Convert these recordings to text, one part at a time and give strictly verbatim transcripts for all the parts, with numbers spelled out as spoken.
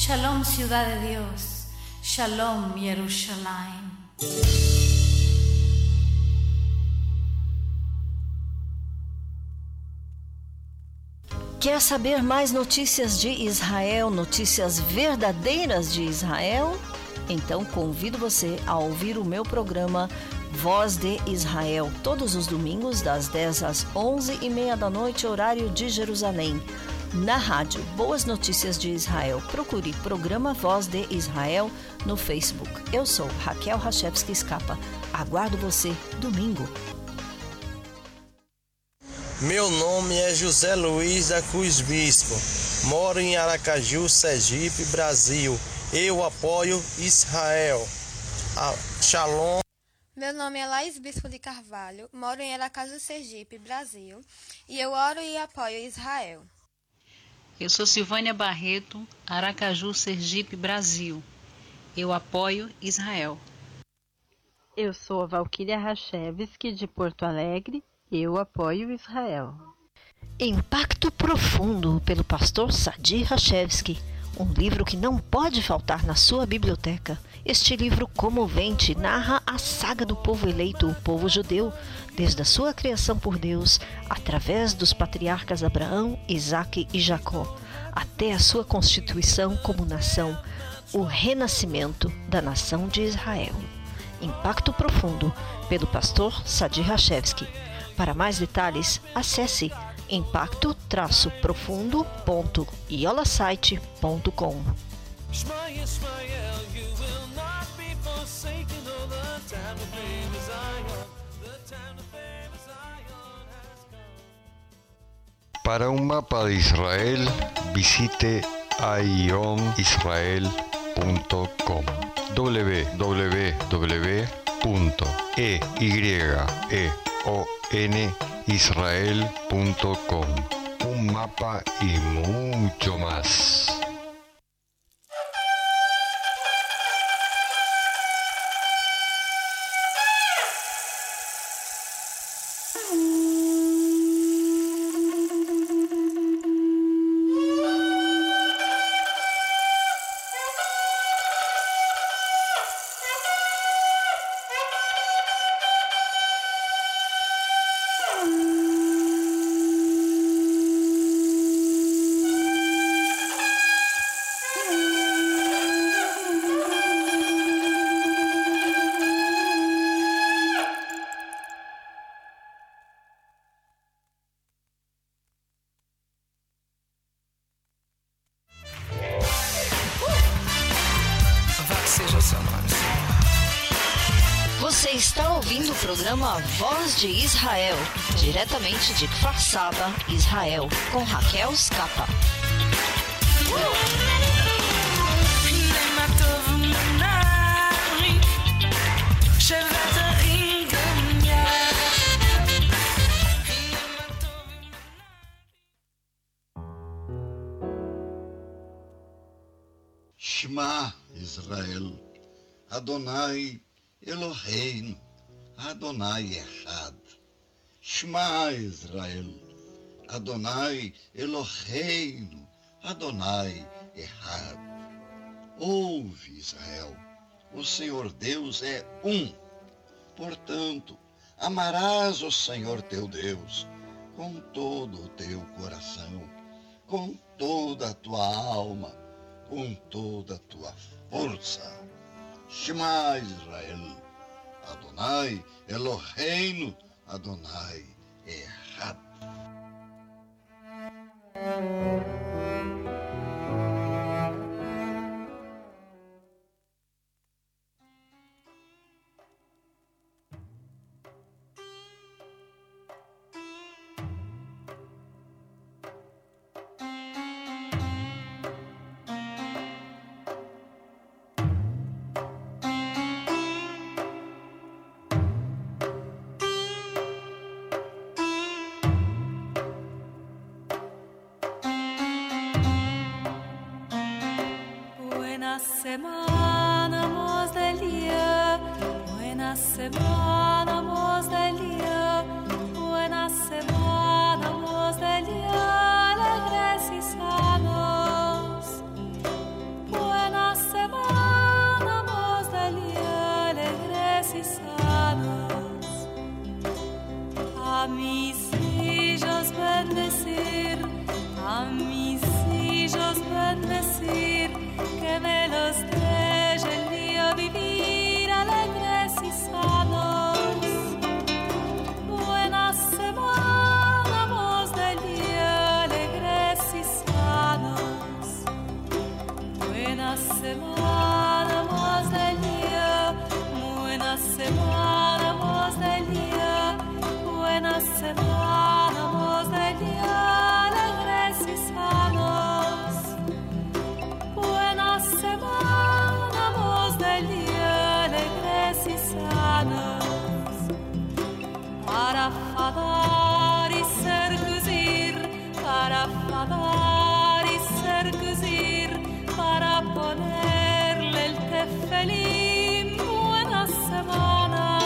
Shalom, ciudad de Dios. Shalom, Jerusalén. Quer saber mais notícias de Israel, notícias verdadeiras de Israel? Então convido você a ouvir o meu programa Voz de Israel, todos os domingos das dez às onze e meia da noite, horário de Jerusalém. Na rádio Boas Notícias de Israel, procure Programa Voz de Israel no Facebook. Eu sou Raquel Rachevski Scapa. Aguardo você domingo. Meu nome é José Luiz da Cruz Bispo. Moro em Aracaju, Sergipe, Brasil. Eu apoio Israel. Shalom. Meu nome é Laís Bispo de Carvalho. Moro em Aracaju, Sergipe, Brasil. E eu oro e apoio Israel. Eu sou Silvânia Barreto, Aracaju, Sergipe, Brasil. Eu apoio Israel. Eu sou a Valquíria Rachevski, de Porto Alegre. Eu apoio Israel. Impacto Profundo, pelo pastor Sadi Rachevski. Um livro que não pode faltar na sua biblioteca. Este livro comovente narra a saga do povo eleito, o povo judeu, desde a sua criação por Deus, através dos patriarcas Abraão, Isaque e Jacó, até a sua constituição como nação, o renascimento da nação de Israel. Impacto Profundo, pelo pastor Sadi Rachevski. Para mais detalhes, acesse impacto profundo ponto iolasite ponto com. Para um mapa de Israel, visite aion israel ponto com. w w w punto eyon israel punto com. Un mapa y mucho más. Você está ouvindo o programa Voz de Israel, diretamente de Kfar Saba, Israel, com Raquel Scapa. Shema Israel, Adonai Eloheinu, Adonai Echad. Shema Israel, Adonai Eloheinu, Adonai Echad. Ouve, Israel, o Senhor Deus é um. Portanto, amarás o Senhor teu Deus com todo o teu coração, com toda a tua alma, com toda a tua força. Shema Israel, Adonai Eloheinu, Adonai Echad. Semana, mos delia, buena semana, mos delia, buena semana, mos delia, alegres y sanos. feliz, buena semana,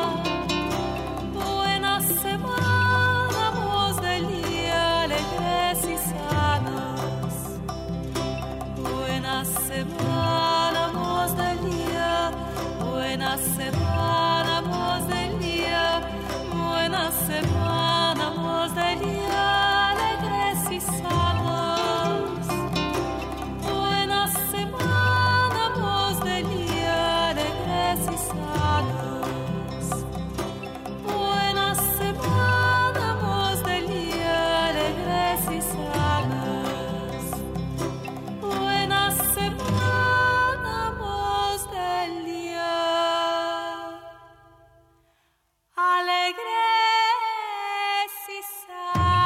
buena semana, voz del día, alegres y sanas. Buena semana, voz del día, buena semana, voz del día, buena semana, voz del día, alegres y sanas. Buena semana, voz del día, alegres y sanas. Buena semana, voz del día, alegres y sanas. Buena semana, voz del día, alegres y sanas.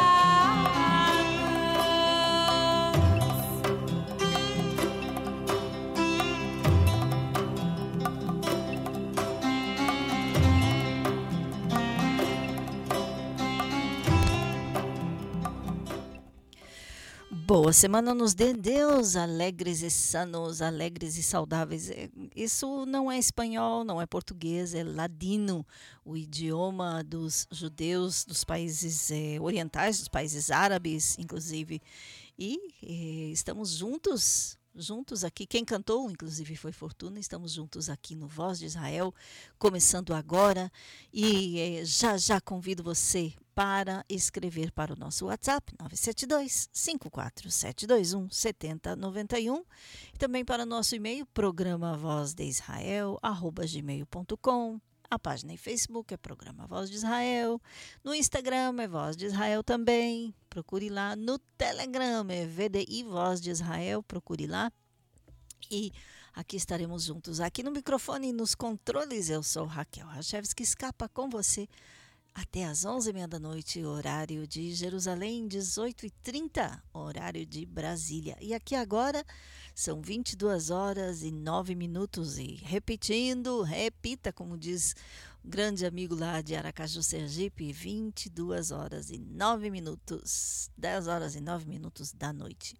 Boa semana nos dê Deus, alegres e sanos, alegres e saudáveis. É, Isso não é espanhol, não é português, é ladino, o idioma dos judeus, dos países eh, orientais, dos países árabes, inclusive. E eh, estamos juntos, juntos aqui. Quem cantou, inclusive, foi Fortuna. Estamos juntos aqui no Voz de Israel, começando agora. E eh, já já convido você para escrever para o nosso WhatsApp nove sete dois, cinco quatro sete dois um, sete zero nove um e também para o nosso e-mail programa voz de Israel arroba gmail ponto com. A página em Facebook é Programa Voz de Israel, no Instagram é Voz de Israel também, procure lá, no Telegram é V D I Voz de Israel, procure lá. E aqui estaremos juntos, aqui no microfone e nos controles. Eu sou Raquel Rachevski, escapa com você até às onze e meia da noite, horário de Jerusalém, dezoito e trinta, horário de Brasília. E aqui agora são vinte e duas horas e nove minutos. E repetindo, repita, como diz o grande amigo lá de Aracaju, Sergipe, vinte e duas horas e nove minutos, dez horas e nove minutos da noite.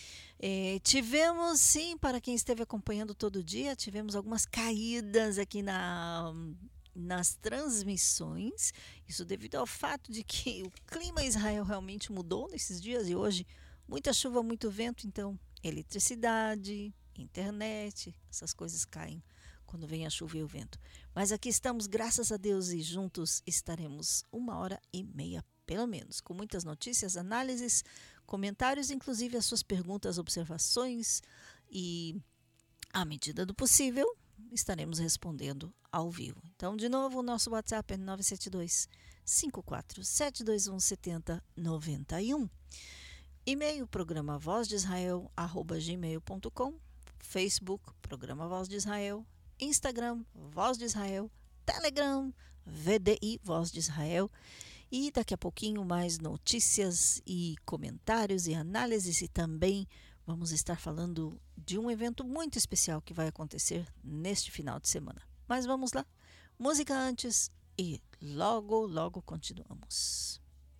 É, tivemos, sim, para quem esteve acompanhando todo dia, tivemos algumas caídas aqui na... nas transmissões, isso devido ao fato de que o clima em Israel realmente mudou nesses dias e hoje muita chuva, muito vento, então eletricidade, internet, essas coisas caem quando vem a chuva e o vento. Mas aqui estamos, graças a Deus, e juntos estaremos uma hora e meia, pelo menos, com muitas notícias, análises, comentários, inclusive as suas perguntas, observações e, à medida do possível, estaremos respondendo ao vivo. Então, de novo, o nosso WhatsApp é nove sete dois, cinco quatro sete dois um, sete zero nove um. E-mail, programa voz de Israel, arroba gmail ponto com. Facebook, Programa Voz de Israel. Instagram, Voz de Israel. Telegram, V D I Voz de Israel. E daqui a pouquinho mais notícias e comentários e análises, e também vamos estar falando de um evento muito especial que vai acontecer neste final de semana. Mas vamos lá, música antes e logo, logo continuamos.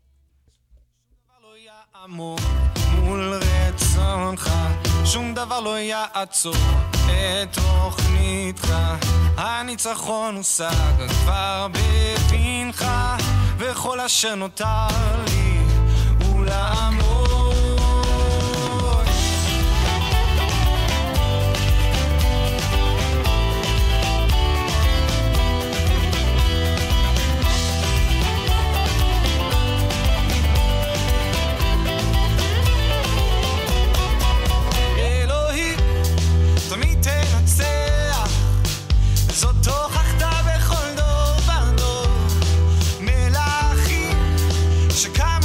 מול רצונך שום דבר לא יעצור את תוכניתך הניצחון הושג כבר בפינך וכל אשר נותר לי הוא לעמוד זאת תוכחת בכל דור ודור מלאכים שקם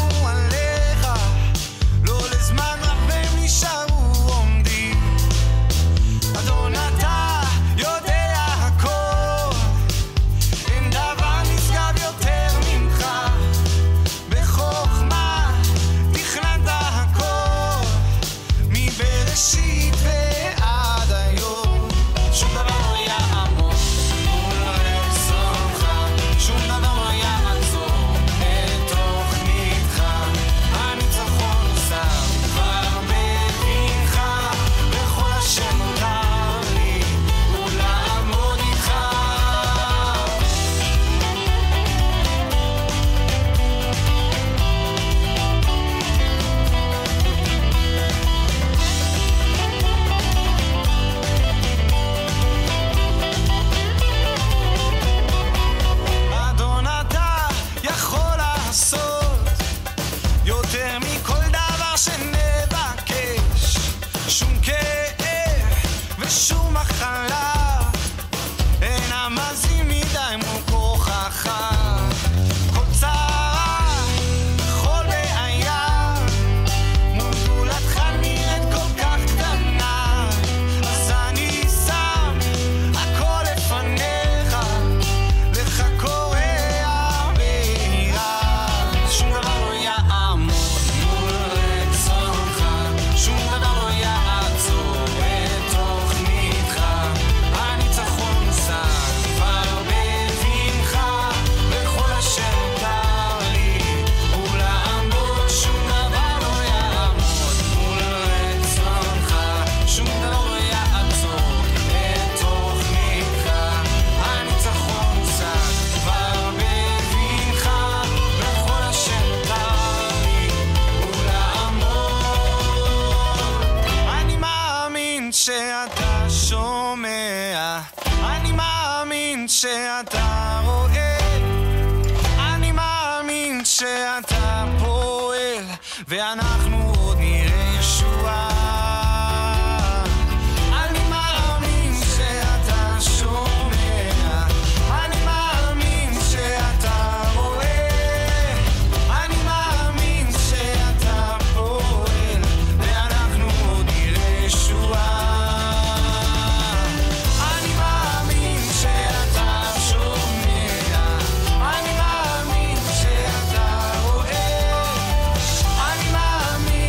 שאתה רואה, אני מאמין שאתה פועל, ואנחנו עוד נראה ישועה. אני מאמין שאתה שומע, אני מאמין שאתה רואה, אני מאמין שאתה פועל, ואנחנו עוד נראה ישועה. אני מאמין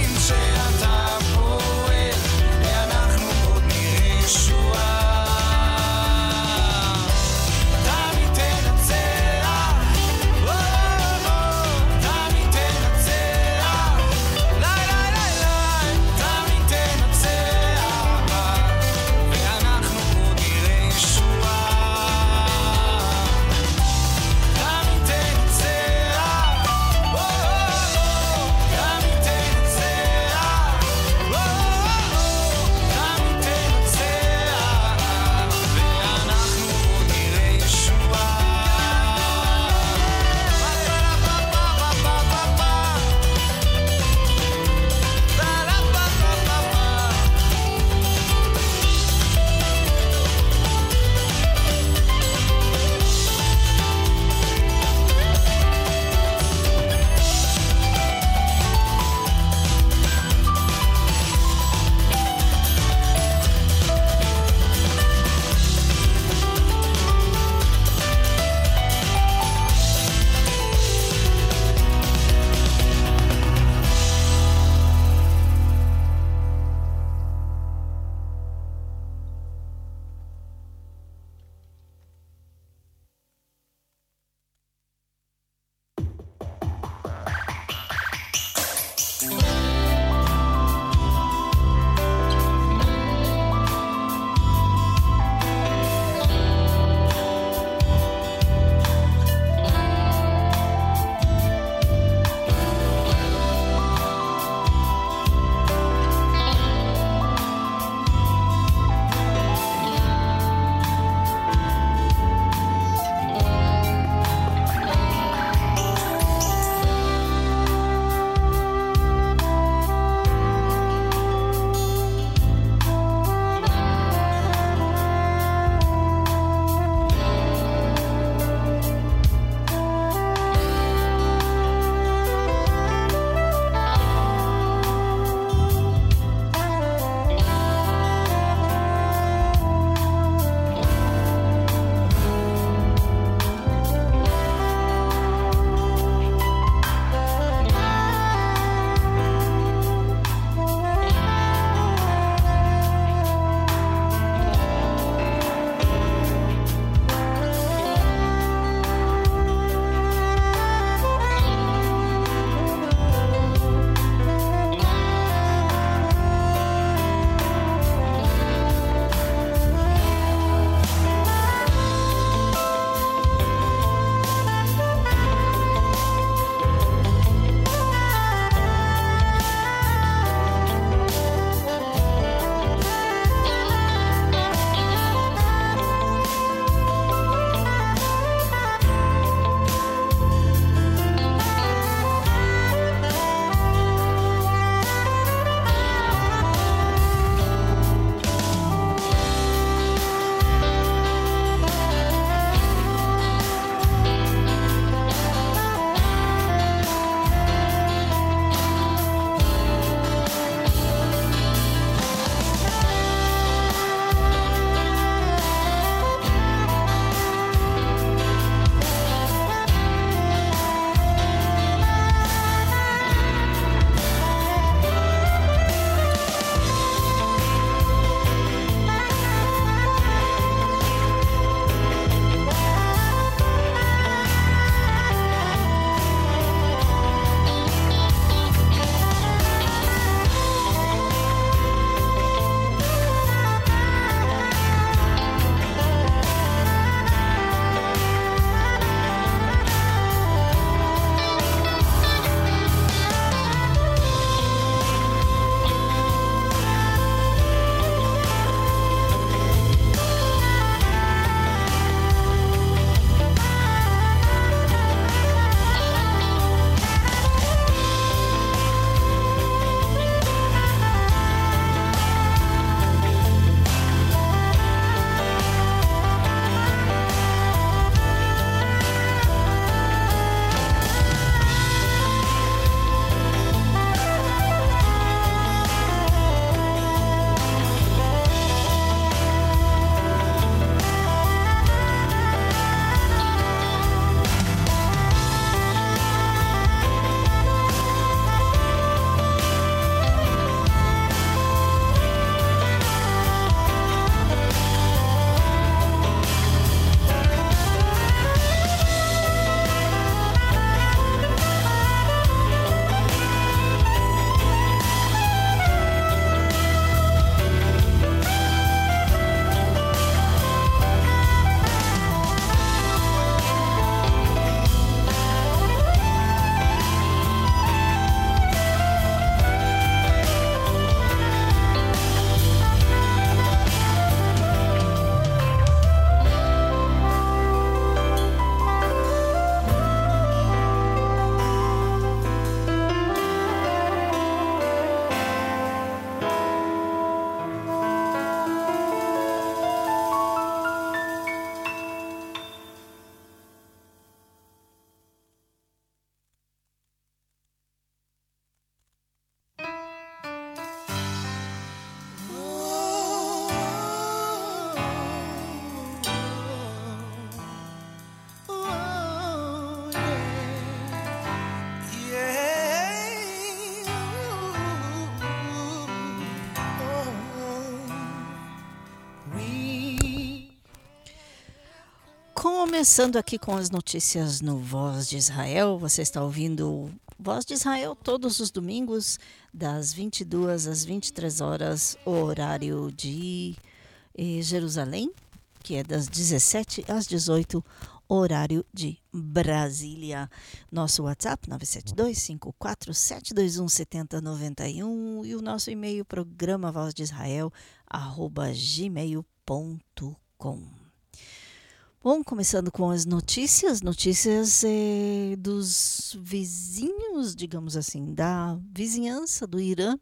Começando aqui com as notícias no Voz de Israel. Você está ouvindo Voz de Israel todos os domingos, das vinte e duas às vinte e três horas, o horário de eh, Jerusalém, que é das dezessete às dezoito, horário de Brasília. Nosso WhatsApp nove sete dois, cinco quatro sete dois um, sete zero nove um e o nosso e-mail programa voz de Israel arroba gmail ponto com. Bom, começando com as notícias, notícias eh, dos vizinhos, digamos assim, da vizinhança do Irã.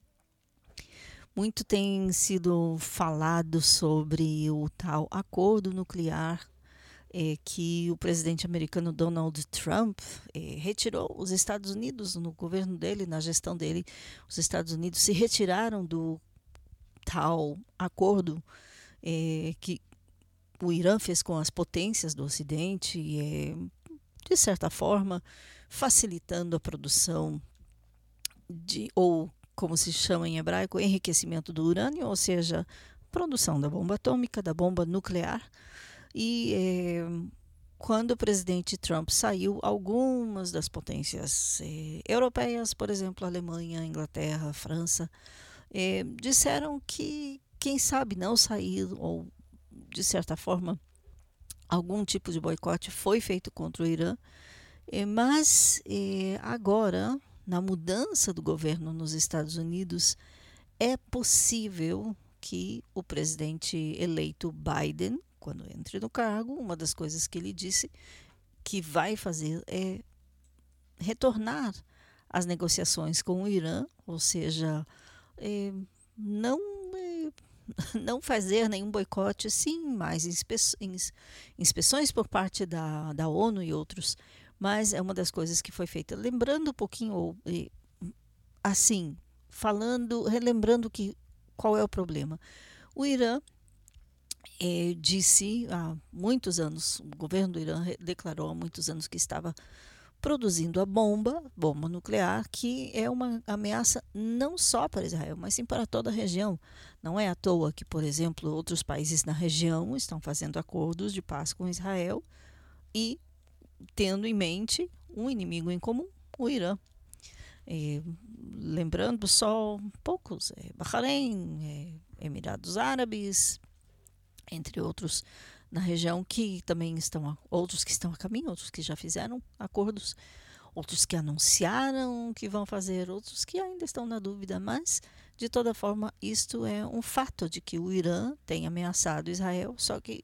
Muito tem sido falado sobre o tal acordo nuclear eh, que o presidente americano Donald Trump eh, retirou os Estados Unidos, no governo dele, na gestão dele. Os Estados Unidos se retiraram do tal acordo eh, que o Irã fez com as potências do Ocidente, é, de certa forma, facilitando a produção de, ou como se chama em hebraico, enriquecimento do urânio, ou seja, produção da bomba atômica, da bomba nuclear. E é, quando o presidente Trump saiu, algumas das potências é, europeias, por exemplo, Alemanha, Inglaterra, França, é, disseram que, quem sabe, não sair, ou de certa forma, algum tipo de boicote foi feito contra o Irã, mas agora, na mudança do governo nos Estados Unidos, é possível que o presidente eleito Biden, quando entre no cargo, uma das coisas que ele disse que vai fazer é retornar às negociações com o Irã, ou seja, é, não não fazer nenhum boicote, sim, mais inspe inspeções por parte da, da ONU e outros, mas é uma das coisas que foi feita. Lembrando um pouquinho, ou, assim, falando, relembrando que, qual é o problema. O Irã é, disse há muitos anos, o governo do Irã declarou há muitos anos que estava produzindo a bomba, bomba nuclear, que é uma ameaça não só para Israel, mas sim para toda a região. Não é à toa que, por exemplo, outros países na região estão fazendo acordos de paz com Israel e tendo em mente um inimigo em comum, o Irã. É, lembrando só poucos, é, Bahrein, é, Emirados Árabes, entre outros, na região que também estão, outros que estão a caminho, outros que já fizeram acordos, outros que anunciaram que vão fazer, outros que ainda estão na dúvida, mas de toda forma isto é um fato de que o Irã tem ameaçado Israel, só que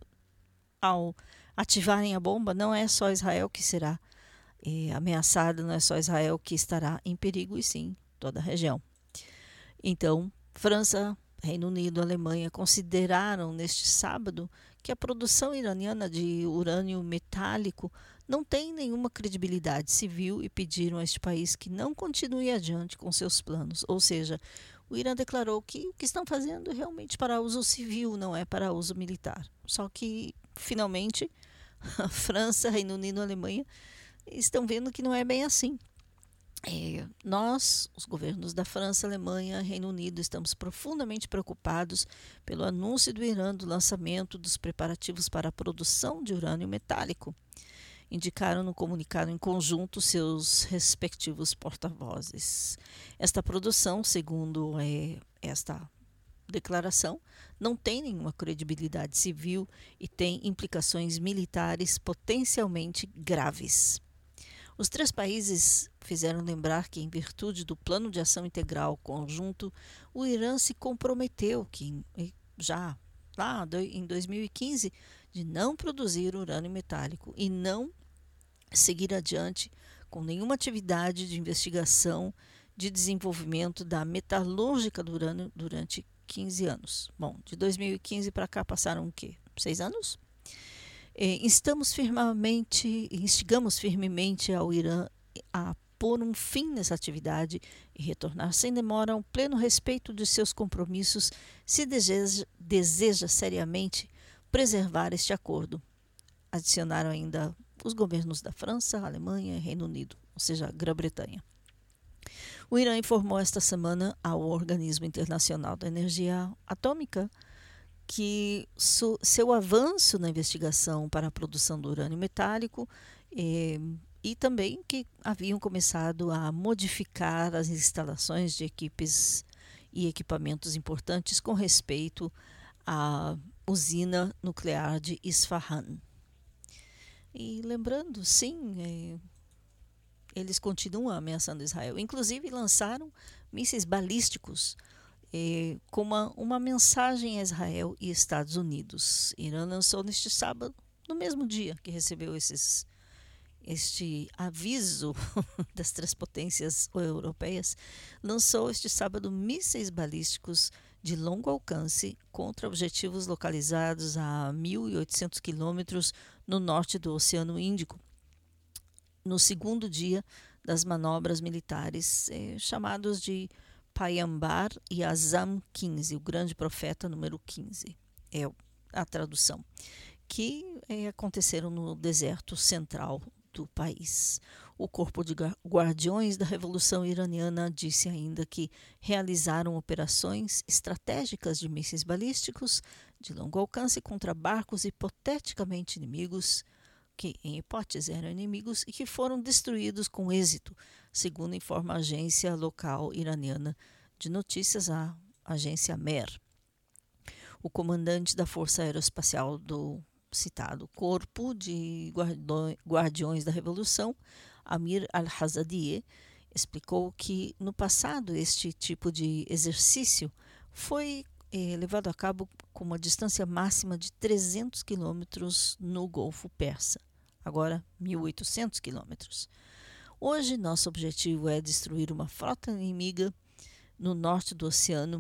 ao ativarem a bomba não é só Israel que será é, ameaçado, não é só Israel que estará em perigo, e sim toda a região. Então, França, Reino Unido, Alemanha consideraram neste sábado que a produção iraniana de urânio metálico não tem nenhuma credibilidade civil e pediram a este país que não continue adiante com seus planos. Ou seja, o Irã declarou que o que estão fazendo é realmente para uso civil, não é para uso militar. Só que, finalmente, a França, Reino Unido e Alemanha estão vendo que não é bem assim. É, nós, os governos da França, Alemanha, Reino Unido, estamos profundamente preocupados pelo anúncio do Irã do lançamento dos preparativos para a produção de urânio metálico, indicaram no comunicado em conjunto seus respectivos porta-vozes. Esta produção, segundo é, esta declaração, não tem nenhuma credibilidade civil e tem implicações militares potencialmente graves. Os três países fizeram lembrar que, em virtude do Plano de Ação Integral Conjunto, o Irã se comprometeu, que já lá em dois mil e quinze, de não produzir urânio metálico e não seguir adiante com nenhuma atividade de investigação de desenvolvimento da metalúrgica do urânio durante quinze anos. Bom, de dois mil e quinze para cá passaram o quê? Seis anos? Estamos firmemente, instigamos firmemente ao Irã a pôr um fim nessa atividade e retornar sem demora ao pleno respeito de seus compromissos se deseja, deseja seriamente preservar este acordo. Adicionaram ainda os governos da França, Alemanha e Reino Unido, ou seja, Grã-Bretanha. O Irã informou esta semana ao Organismo Internacional da Energia Atômica que su, seu avanço na investigação para a produção do urânio metálico eh, e também que haviam começado a modificar as instalações de equipes e equipamentos importantes com respeito à usina nuclear de Isfahan. E lembrando, sim, eh, eles continuam ameaçando Israel. Inclusive lançaram mísseis balísticos eh, com uma, uma mensagem a Israel e Estados Unidos. Irã lançou neste sábado, no mesmo dia que recebeu esses, este aviso das três potências europeias, lançou este sábado mísseis balísticos de longo alcance contra objetivos localizados a mil e oitocentos quilômetros no norte do Oceano Índico, no segundo dia das manobras militares eh, chamados de Payambar e Azam quinze, o grande profeta número quinze, é a tradução, que eh, aconteceram no deserto central do país. O Corpo de Guardiões da Revolução Iraniana disse ainda que realizaram operações estratégicas de mísseis balísticos de longo alcance contra barcos hipoteticamente inimigos, que em hipótese eram inimigos e que foram destruídos com êxito, segundo informa a agência local iraniana de notícias, a agência Mer. O comandante da Força Aeroespacial do citado Corpo de Guardiões da Revolução, Amir al-Hazadieh, explicou que no passado este tipo de exercício foi eh, levado a cabo com uma distância máxima de trezentos quilômetros no Golfo Persa, agora mil e oitocentos quilômetros. Hoje, nosso objetivo é destruir uma frota inimiga no norte do oceano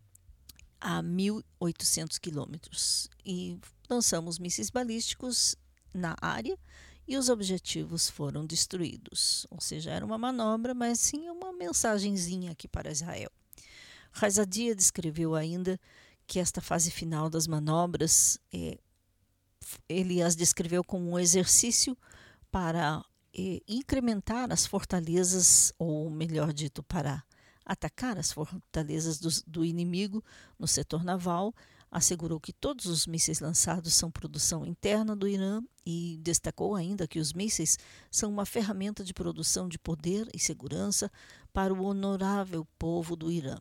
a mil e oitocentos quilômetros e lançamos mísseis balísticos na área e os objetivos foram destruídos. Ou seja, era uma manobra, mas sim uma mensagenzinha aqui para Israel. Hazadieh descreveu ainda que esta fase final das manobras, é, ele as descreveu como um exercício para é, incrementar as fortalezas, ou melhor dito, para atacar as fortalezas do, do inimigo no setor naval. Assegurou que todos os mísseis lançados são produção interna do Irã e destacou ainda que os mísseis são uma ferramenta de produção de poder e segurança para o honorável povo do Irã.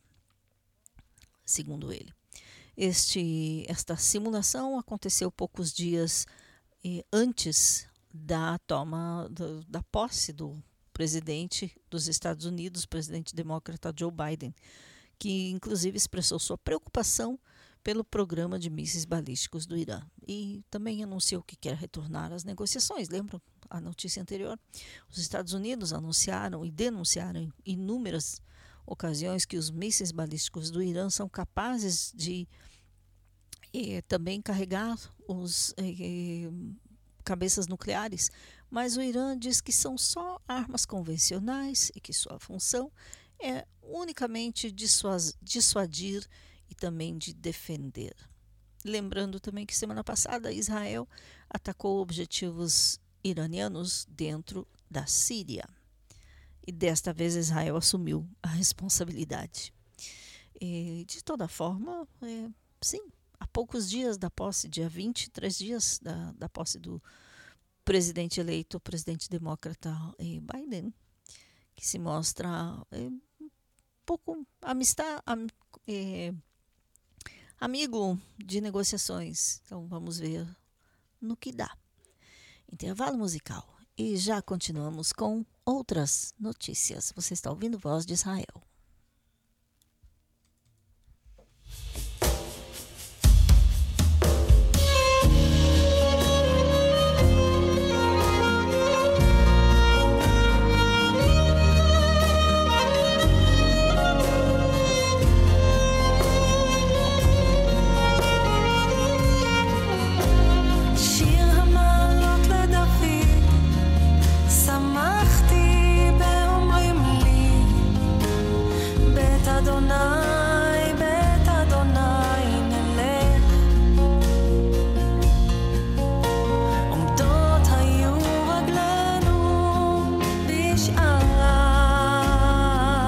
Segundo ele, este, esta simulação aconteceu poucos dias eh, antes da toma do, da posse do presidente dos Estados Unidos, presidente democrata Joe Biden, que inclusive expressou sua preocupação pelo programa de mísseis balísticos do Irã e também anunciou que quer retornar às negociações. Lembram a notícia anterior? Os Estados Unidos anunciaram e denunciaram em inúmeras ocasiões que os mísseis balísticos do Irã são capazes de eh, também carregar os eh, cabeças nucleares, mas o Irã diz que são só armas convencionais e que sua função é unicamente dissuadir e também de defender. Lembrando também que semana passada Israel atacou objetivos iranianos dentro da Síria. E desta vez Israel assumiu a responsabilidade. E, de toda forma, é, sim, há poucos dias da posse, dia vinte e três dias da, da posse do presidente eleito, o presidente democrata eh, Biden, que se mostra eh, um pouco amistad, am, eh, amigo de negociações. Então vamos ver no que dá. Intervalo musical. E já continuamos com outras notícias. Você está ouvindo Voz de Israel.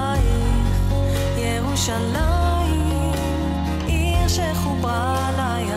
ירושלים, עיר שחוברה לים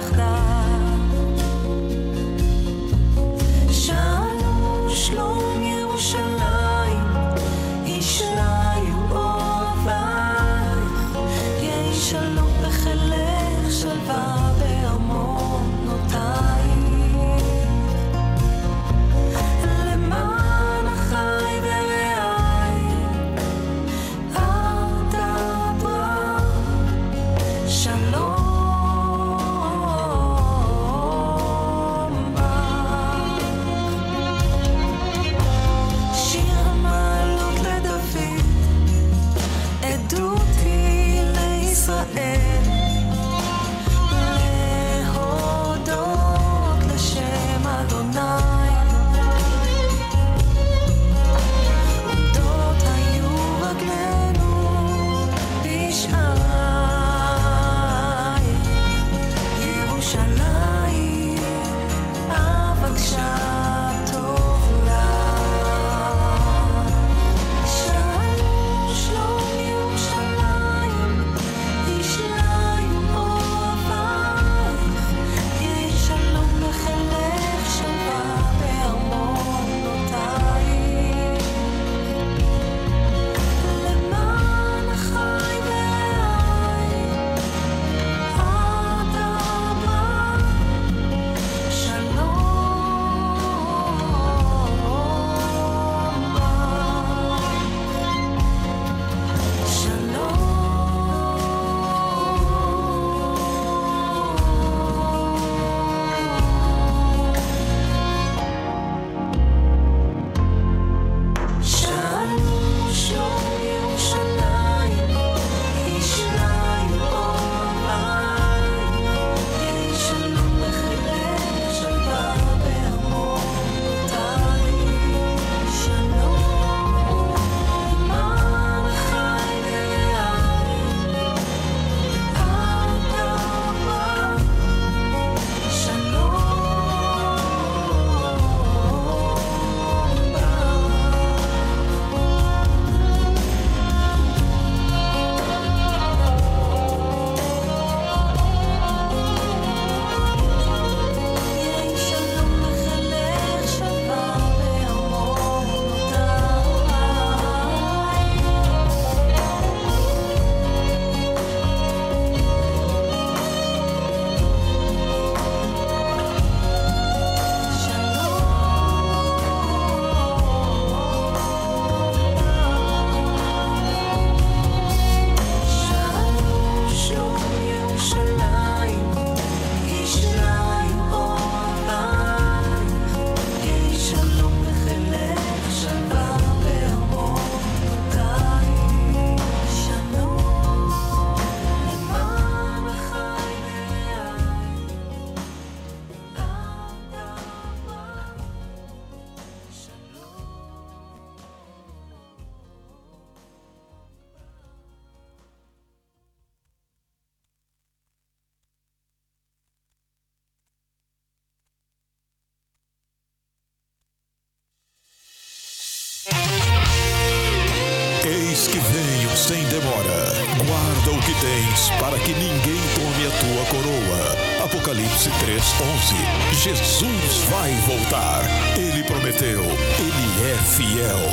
que venham sem demora. Guarda o que tens para que ninguém tome a tua coroa. Apocalipse três, onze. Jesus vai voltar. Ele prometeu. Ele é fiel.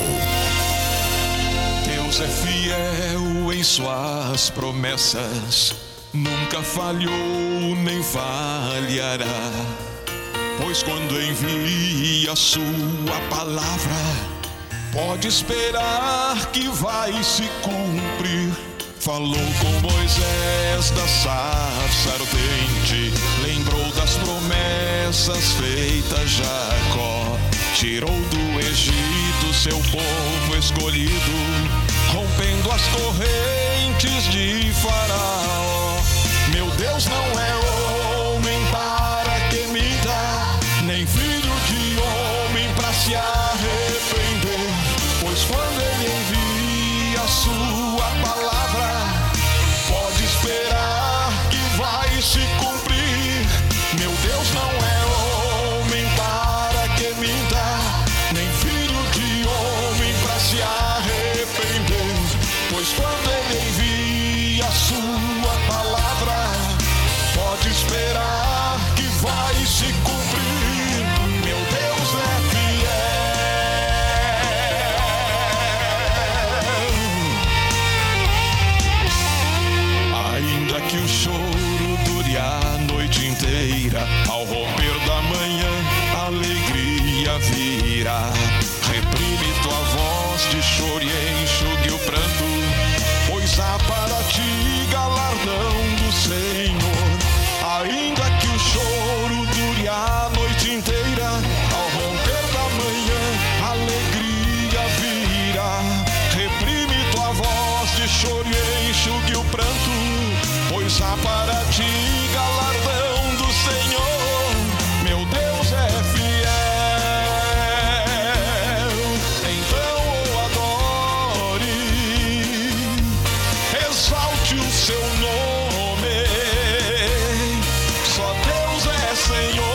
Deus é fiel em suas promessas. Nunca falhou nem falhará. Pois quando envia a sua palavra, pode esperar que vai se cumprir. Falou com Moisés da sarça ardente, lembrou das promessas feitas a Jacó. Tirou do Egito seu povo escolhido, rompendo as correntes de Faraó. Meu Deus não é homem para que minta, nem filho de homem para se arrepender. Pois quando ele envia a sua palavra, pode esperar que vai se cumprir. Meu Deus não é homem para que minta, nem filho de homem para se arrepender. Pois quando ele envia a sua palavra, pode esperar que vai se cumprir. Meu Deus é fiel. Ainda que o choro dure a noite inteira, ao romper da manhã a alegria virá. Reprime tua voz de choro e enxugue o pranto, pois há para ti galardão do Senhor. Ainda que o choro dure a noite inteira, ao romper da manhã a alegria virá. Reprime tua voz de choro e enxugue o pranto, pois há para ti galardão do Senhor. Meu Deus é fiel. Então o adore, exalte o seu nome. Só Deus é Senhor.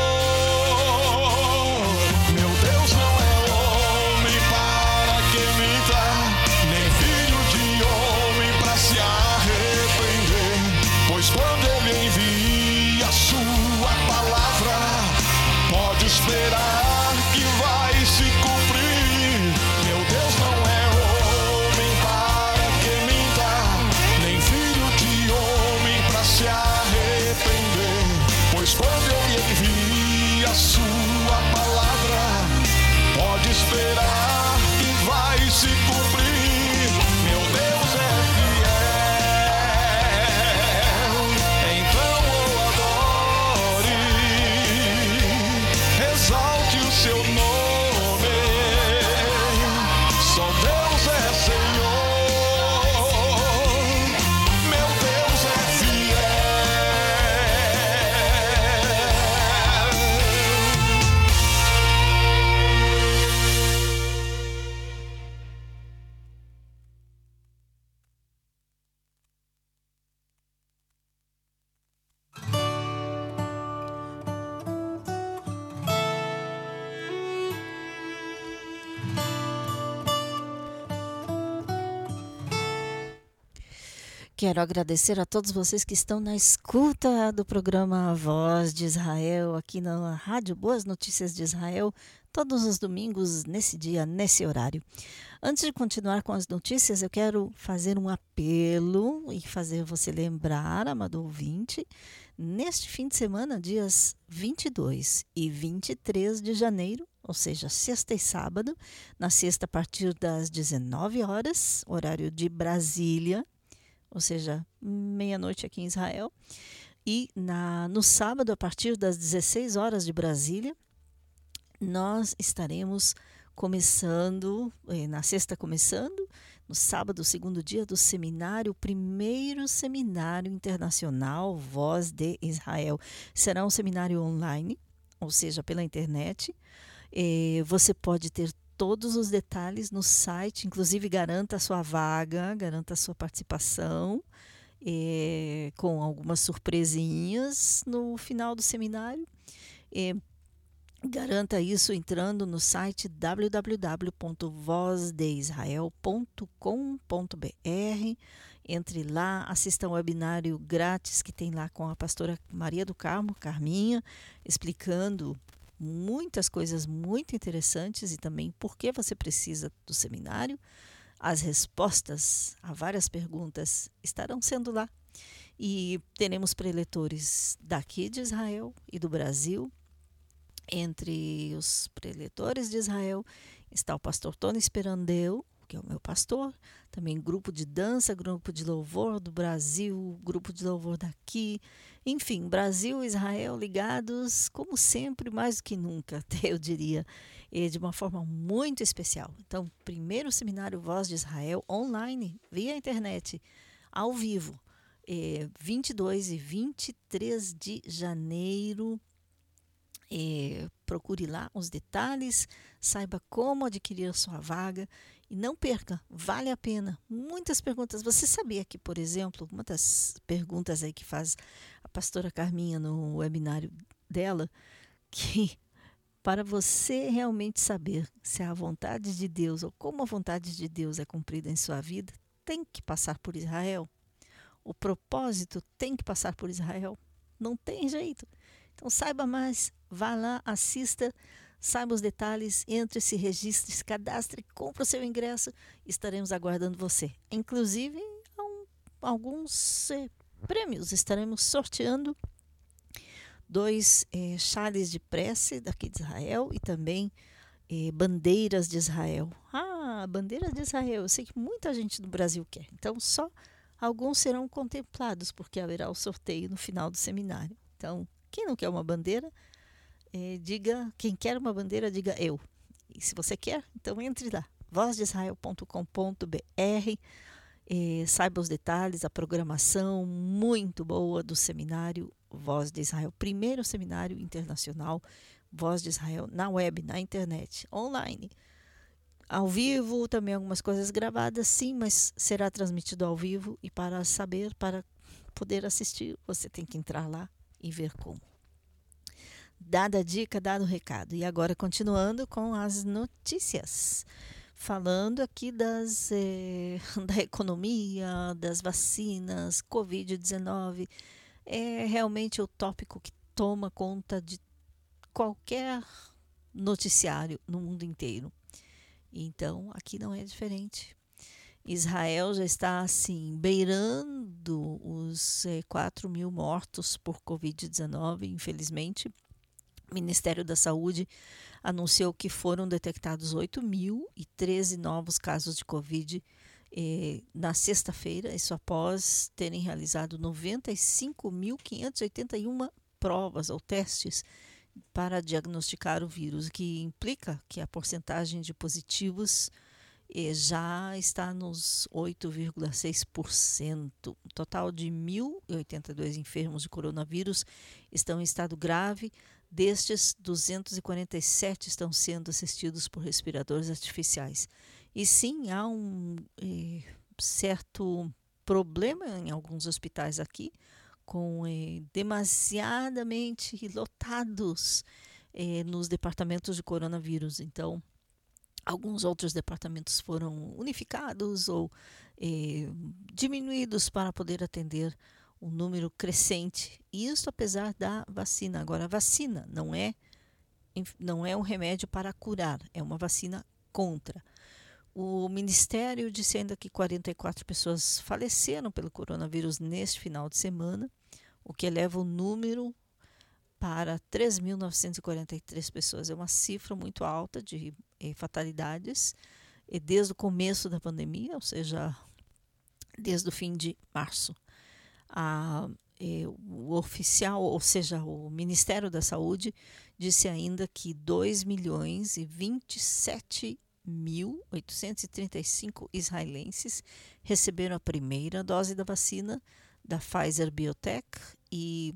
Meu Deus não é homem para que minta, nem filho de homem para se arrepender. Pois quando ele envia a sua palavra, pode esperar que vai se cumprir. Meu Deus não é homem para que minta, nem filho de homem para se arrepender. Pois quando ele envia a sua palavra, pode esperar que vai se cumprir. Meu Deus é fiel. Então o adore, exalte o seu nome. Só Deus é Senhor. Meu Deus é fiel. Quero agradecer a todos vocês que estão na escuta do programa Voz de Israel, aqui na Rádio Boas Notícias de Israel, todos os domingos, nesse dia, nesse horário. Antes de continuar com as notícias, eu quero fazer um apelo e fazer você lembrar, amado ouvinte, neste fim de semana, dias vinte e dois e vinte e três de janeiro, ou seja, sexta e sábado, na sexta a partir das dezenove horas, horário de Brasília, ou seja, meia-noite aqui em Israel, e na, no sábado, a partir das dezesseis horas de Brasília, nós estaremos começando, na sexta começando, no sábado, o segundo dia do seminário, o primeiro seminário internacional Voz de Israel. Será um seminário online, ou seja, pela internet. Eh, você pode ter todos os detalhes no site, inclusive garanta a sua vaga, garanta a sua participação, eh, com algumas surpresinhas no final do seminário. Eh, Garanta isso entrando no site w w w ponto voz de israel ponto com ponto b r. Entre lá, assista ao webinário grátis que tem lá com a pastora Maria do Carmo, Carminha, explicando muitas coisas muito interessantes e também por que você precisa do seminário. As respostas a várias perguntas estarão sendo lá. E teremos preletores daqui de Israel e do Brasil. Entre os preletores de Israel está o pastor Tony Esperandeu, que é o meu pastor, também grupo de dança, grupo de louvor do Brasil, grupo de louvor daqui, enfim, Brasil e Israel ligados, como sempre, mais do que nunca, até eu diria, e de uma forma muito especial. Então, primeiro seminário Voz de Israel online, via internet, ao vivo, é, vinte e dois e vinte e três de janeiro. É, procure lá os detalhes, saiba como adquirir a sua vaga e não perca, vale a pena. Muitas perguntas. Você sabia que, por exemplo, uma das perguntas aí que faz a pastora Carminha no webinário dela, que para você realmente saber se é a vontade de Deus ou como a vontade de Deus é cumprida em sua vida, tem que passar por Israel. O propósito tem que passar por Israel. Não tem jeito. Então saiba mais, vá lá, assista, saiba os detalhes, entre, se registre, se cadastre, compre o seu ingresso, estaremos aguardando você. Inclusive, um, alguns eh, prêmios, estaremos sorteando dois eh, chales de prece daqui de Israel e também eh, bandeiras de Israel. Ah, bandeiras de Israel, eu sei que muita gente no Brasil quer, então só alguns serão contemplados, porque haverá o sorteio no final do seminário. Então, quem não quer uma bandeira, eh, diga, quem quer uma bandeira, diga eu. E se você quer, então entre lá, voz de israel ponto com ponto b r, eh, saiba os detalhes, a programação muito boa do seminário Voz de Israel, primeiro seminário internacional Voz de Israel na web, na internet, online. Ao vivo, também algumas coisas gravadas, sim, mas será transmitido ao vivo e para saber, para poder assistir, você tem que entrar lá e ver como. Dada a dica, dado o recado. E agora continuando com as notícias. Falando aqui das, eh, da economia, das vacinas, covid dezenove. É realmente o tópico que toma conta de qualquer noticiário no mundo inteiro. Então, aqui não é diferente. Israel já está, assim, beirando os eh, quatro mil mortos por covid dezenove, infelizmente. O Ministério da Saúde anunciou que foram detectados oito mil e treze novos casos de Covid eh, na sexta-feira, isso após terem realizado noventa e cinco mil quinhentas e oitenta e uma provas ou testes para diagnosticar o vírus, o que implica que a porcentagem de positivos já está nos oito vírgula seis por cento. Um total de mil e oitenta e dois enfermos de coronavírus estão em estado grave. Destes, duzentos e quarenta e sete estão sendo assistidos por respiradores artificiais. E sim, há um eh, certo problema em alguns hospitais aqui, com eh, demasiadamente lotados eh, nos departamentos de coronavírus. Então, alguns outros departamentos foram unificados ou eh, diminuídos para poder atender um número crescente. Isso apesar da vacina. Agora, a vacina não é, não é um remédio para curar, é uma vacina contra. O Ministério disse ainda que quarenta e quatro pessoas faleceram pelo coronavírus neste final de semana, o que eleva o número para três mil novecentas e quarenta e três pessoas. É uma cifra muito alta de eh, fatalidades eh, desde o começo da pandemia, ou seja, desde o fim de março. A, eh, o oficial, ou seja, o Ministério da Saúde, disse ainda que dois milhões e vinte e sete mil oitocentos e trinta e cinco israelenses receberam a primeira dose da vacina da Pfizer Biotech e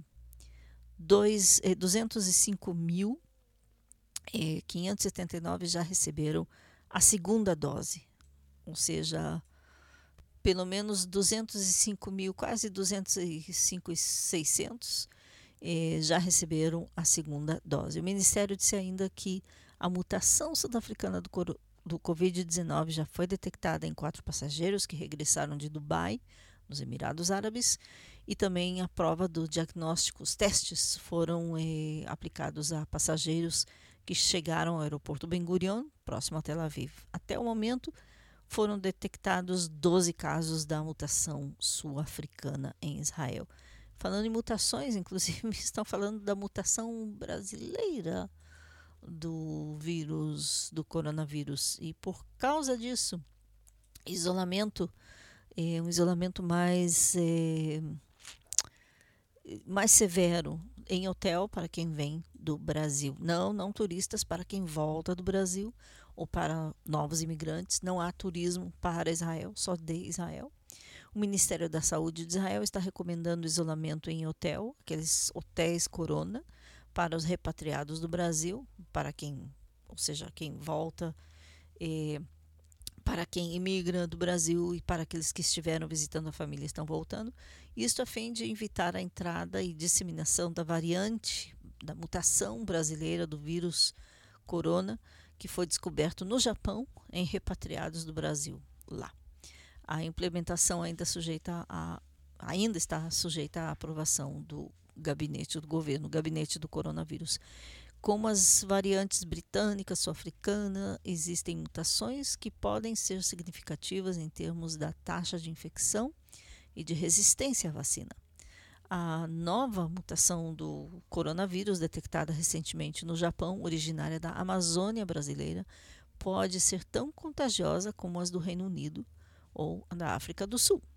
duzentos e cinco mil quinhentos e setenta e nove já receberam a segunda dose, ou seja, pelo menos duzentos e cinco mil, quase duzentos e cinco mil e seiscentos eh, já receberam a segunda dose. O Ministério disse ainda que a mutação sul-africana do, do covid dezenove já foi detectada em quatro passageiros que regressaram de Dubai, nos Emirados Árabes, e também a prova do diagnóstico, os testes foram eh, aplicados a passageiros que chegaram ao aeroporto Ben Gurion, próximo a Tel Aviv. Até o momento, foram detectados doze casos da mutação sul-africana em Israel. Falando em mutações, inclusive, estão falando da mutação brasileira do vírus, do coronavírus. E por causa disso, isolamento, é, um isolamento mais, é, mais severo em hotel para quem vem do Brasil. Não, não turistas para quem volta do Brasil ou para novos imigrantes. Não há turismo para Israel, só de Israel. O Ministério da Saúde de Israel está recomendando isolamento em hotel, aqueles hotéis Corona, para os repatriados do Brasil, para quem, ou seja, quem volta, eh, para quem imigra do Brasil e para aqueles que estiveram visitando a família e estão voltando. Isto a fim de evitar a entrada e disseminação da variante, da mutação brasileira do vírus Corona, que foi descoberto no Japão em repatriados do Brasil lá. A implementação ainda, sujeita a, ainda está sujeita à aprovação do gabinete do governo, o gabinete do coronavírus. Como as variantes britânica, sul-africana, existem mutações que podem ser significativas em termos da taxa de infecção e de resistência à vacina. A nova mutação do coronavírus, detectada recentemente no Japão, originária da Amazônia brasileira, pode ser tão contagiosa como as do Reino Unido ou da África do Sul.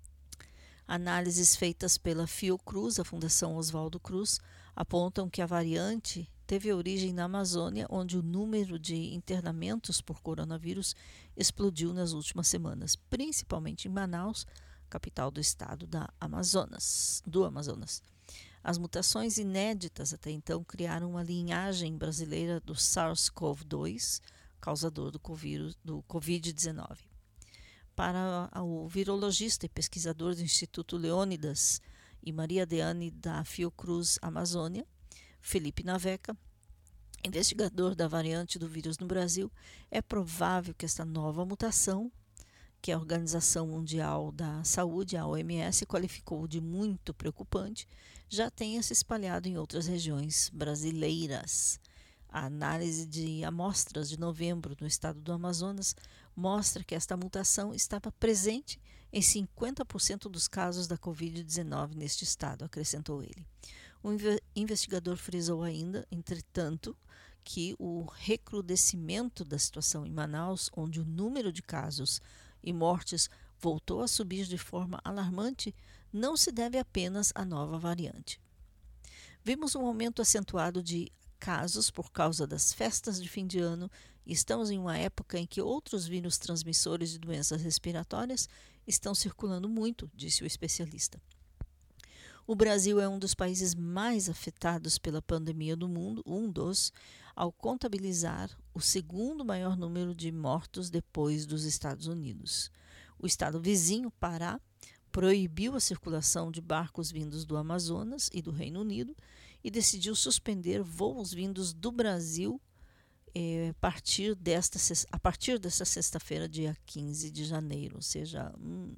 Análises feitas pela Fiocruz, a Fundação Oswaldo Cruz, apontam que a variante teve origem na Amazônia, onde o número de internamentos por coronavírus explodiu nas últimas semanas, principalmente em Manaus, capital do estado da Amazonas, do Amazonas. As mutações inéditas até então criaram uma linhagem brasileira do SARS-CoV dois, causador do covid dezenove. Para o virologista e pesquisador do Instituto Leônidas e Maria Deane da Fiocruz Amazônia, Felipe Naveca, investigador da variante do vírus no Brasil, é provável que esta nova mutação, que a Organização Mundial da Saúde, a O M S, qualificou de muito preocupante, já tenha se espalhado em outras regiões brasileiras. A análise de amostras de novembro no estado do Amazonas mostra que esta mutação estava presente em cinquenta por cento dos casos da covid dezenove neste estado, acrescentou ele. O investigador frisou ainda, entretanto, que o recrudescimento da situação em Manaus, onde o número de casos e mortes voltou a subir de forma alarmante, não se deve apenas à nova variante. Vimos um aumento acentuado de casos por causa das festas de fim de ano e estamos em uma época em que outros vírus transmissores de doenças respiratórias estão circulando muito, disse o especialista. O Brasil é um dos países mais afetados pela pandemia do mundo, um dos, ao contabilizar o segundo maior número de mortos depois dos Estados Unidos. O estado vizinho, Pará, proibiu a circulação de barcos vindos do Amazonas e do Reino Unido e decidiu suspender voos vindos do Brasil eh, a partir desta, a partir desta sexta-feira, dia quinze de janeiro. Ou seja, hum,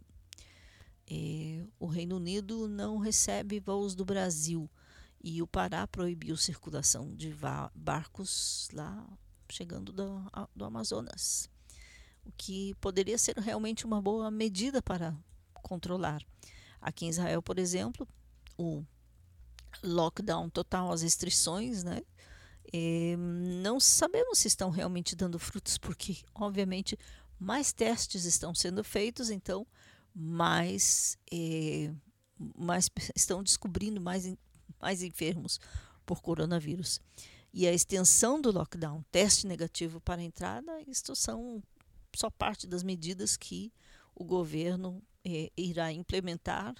eh, o Reino Unido não recebe voos do Brasil e o Pará proibiu circulação de barcos lá chegando do, do Amazonas, o que poderia ser realmente uma boa medida para controlar. Aqui em Israel, por exemplo, o lockdown total, as restrições, né? E não sabemos se estão realmente dando frutos, porque, obviamente, mais testes estão sendo feitos, então, mais, eh, mais estão descobrindo mais, mais enfermos por coronavírus. E a extensão do lockdown, teste negativo para a entrada, isto são só parte das medidas que o governo eh, irá implementar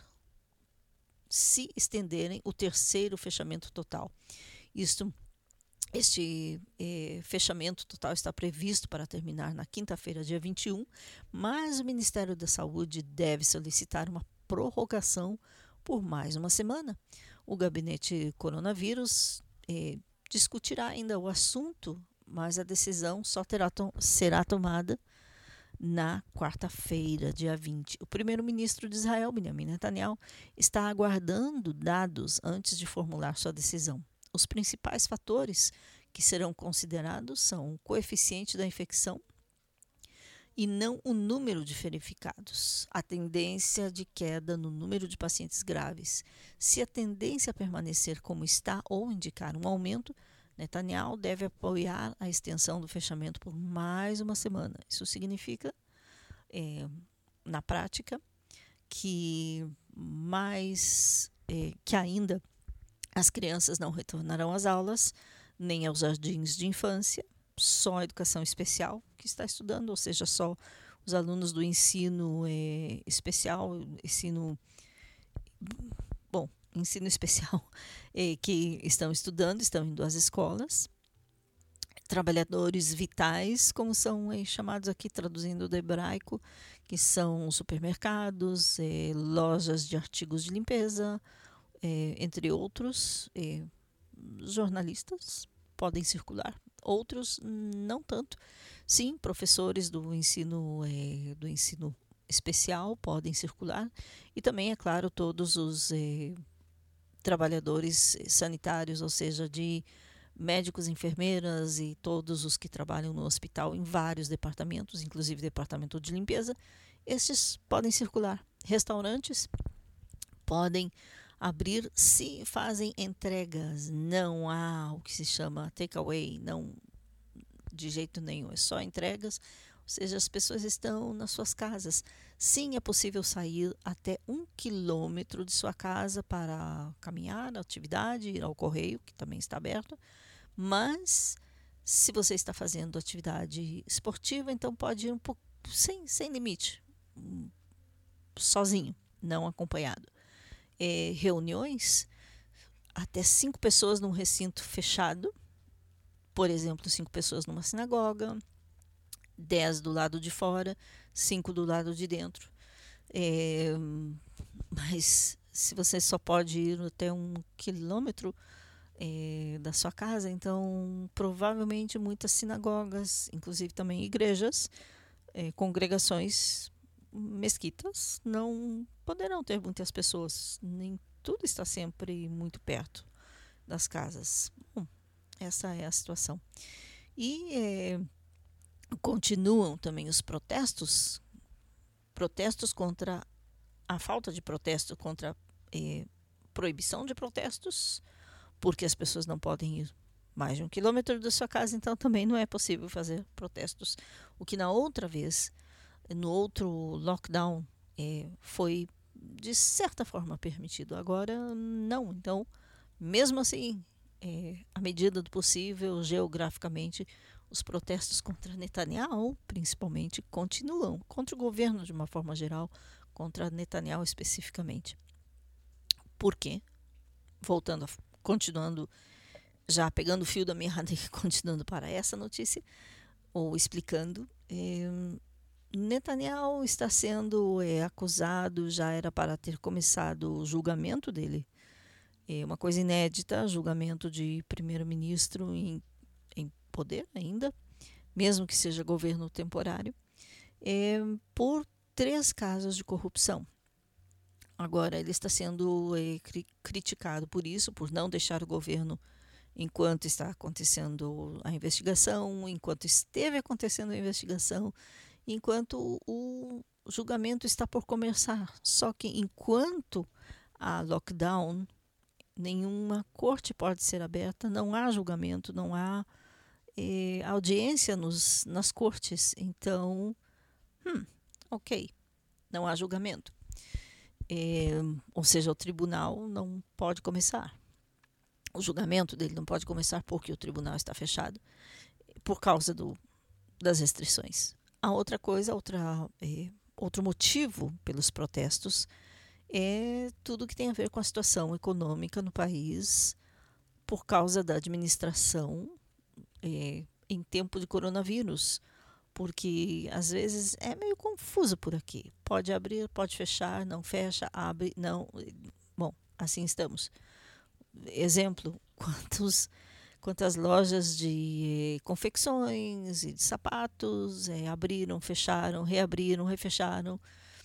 se estenderem o terceiro fechamento total. Isto, este eh, fechamento total está previsto para terminar na quinta-feira, dia vinte e um, mas o Ministério da Saúde deve solicitar uma prorrogação por mais uma semana. O gabinete coronavírus eh, discutirá ainda o assunto, mas a decisão só terá to- será tomada na quarta-feira, dia vinte. O primeiro-ministro de Israel, Benjamin Netanyahu, está aguardando dados antes de formular sua decisão. Os principais fatores que serão considerados são o coeficiente da infecção e não o número de verificados, a tendência de queda no número de pacientes graves. Se a tendência permanecer como está ou indicar um aumento, Netanyahu deve apoiar a extensão do fechamento por mais uma semana. Isso significa, é, na prática, que mais é, que ainda as crianças não retornarão às aulas, nem aos jardins de infância, só a educação especial que está estudando, ou seja, só os alunos do ensino é, especial, ensino bom, ensino especial é, que estão estudando, estão indo às escolas. Trabalhadores vitais, como são é, chamados aqui, traduzindo do hebraico, que são supermercados, é, lojas de artigos de limpeza, é, entre outros, é, jornalistas podem circular, outros não tanto. Sim, professores do ensino é, do ensino especial podem circular, e também, é claro, todos os é, trabalhadores sanitários, ou seja, de médicos, enfermeiras e todos os que trabalham no hospital em vários departamentos, inclusive departamento de limpeza, estes podem circular. Restaurantes podem abrir se fazem entregas, não há o que se chama takeaway, não, de jeito nenhum, é só entregas, ou seja, as pessoas estão nas suas casas. Sim, é possível sair até um quilômetro de sua casa para caminhar, atividade, ir ao correio, que também está aberto, mas se você está fazendo atividade esportiva, então pode ir um pouco sem, sem limite, sozinho, não acompanhado. É, reuniões, até cinco pessoas num recinto fechado, por exemplo, cinco pessoas numa sinagoga, dez do lado de fora, cinco do lado de dentro. É, mas se você só pode ir até um quilômetro é, da sua casa, então provavelmente muitas sinagogas, inclusive também igrejas, é, congregações, mesquitas, não poderão ter muitas pessoas, nem tudo está sempre muito perto das casas. Bom, essa é a situação. E é, continuam também os protestos, protestos contra a falta de protesto, contra a é, proibição de protestos, porque as pessoas não podem ir mais de um quilômetro da sua casa, então também não é possível fazer protestos. O que na outra vez, no outro lockdown, é, foi de certa forma permitido, agora não. Então, mesmo assim, é, à medida do possível, geograficamente, os protestos contra Netanyahu, principalmente, continuam, contra o governo de uma forma geral, contra Netanyahu especificamente. Por quê? Voltando, a, continuando, já pegando o fio da meada e continuando para essa notícia, ou explicando, é, Netanyahu está sendo é, acusado, já era para ter começado o julgamento dele. É uma coisa inédita, julgamento de primeiro-ministro em, em poder ainda, mesmo que seja governo temporário, é, por três casos de corrupção. Agora, ele está sendo é, cri- criticado por isso, por não deixar o governo enquanto está acontecendo a investigação, enquanto esteve acontecendo a investigação, enquanto o julgamento está por começar. Só que enquanto há lockdown, nenhuma corte pode ser aberta, não há julgamento, não há eh, audiência nos, nas cortes. Então, hum, ok, não há julgamento. Eh, ou seja, o tribunal não pode começar. O julgamento dele não pode começar porque o tribunal está fechado, por causa do, das restrições. A outra coisa, outra, é, outro motivo pelos protestos é tudo que tem a ver com a situação econômica no país por causa da administração é, em tempo de coronavírus, porque às vezes é meio confuso por aqui. Pode abrir, pode fechar, não fecha, abre, não. Bom, assim estamos. exemplo, quantos, quantas lojas de eh, confecções e de sapatos eh, abriram, fecharam, reabriram, refecharam,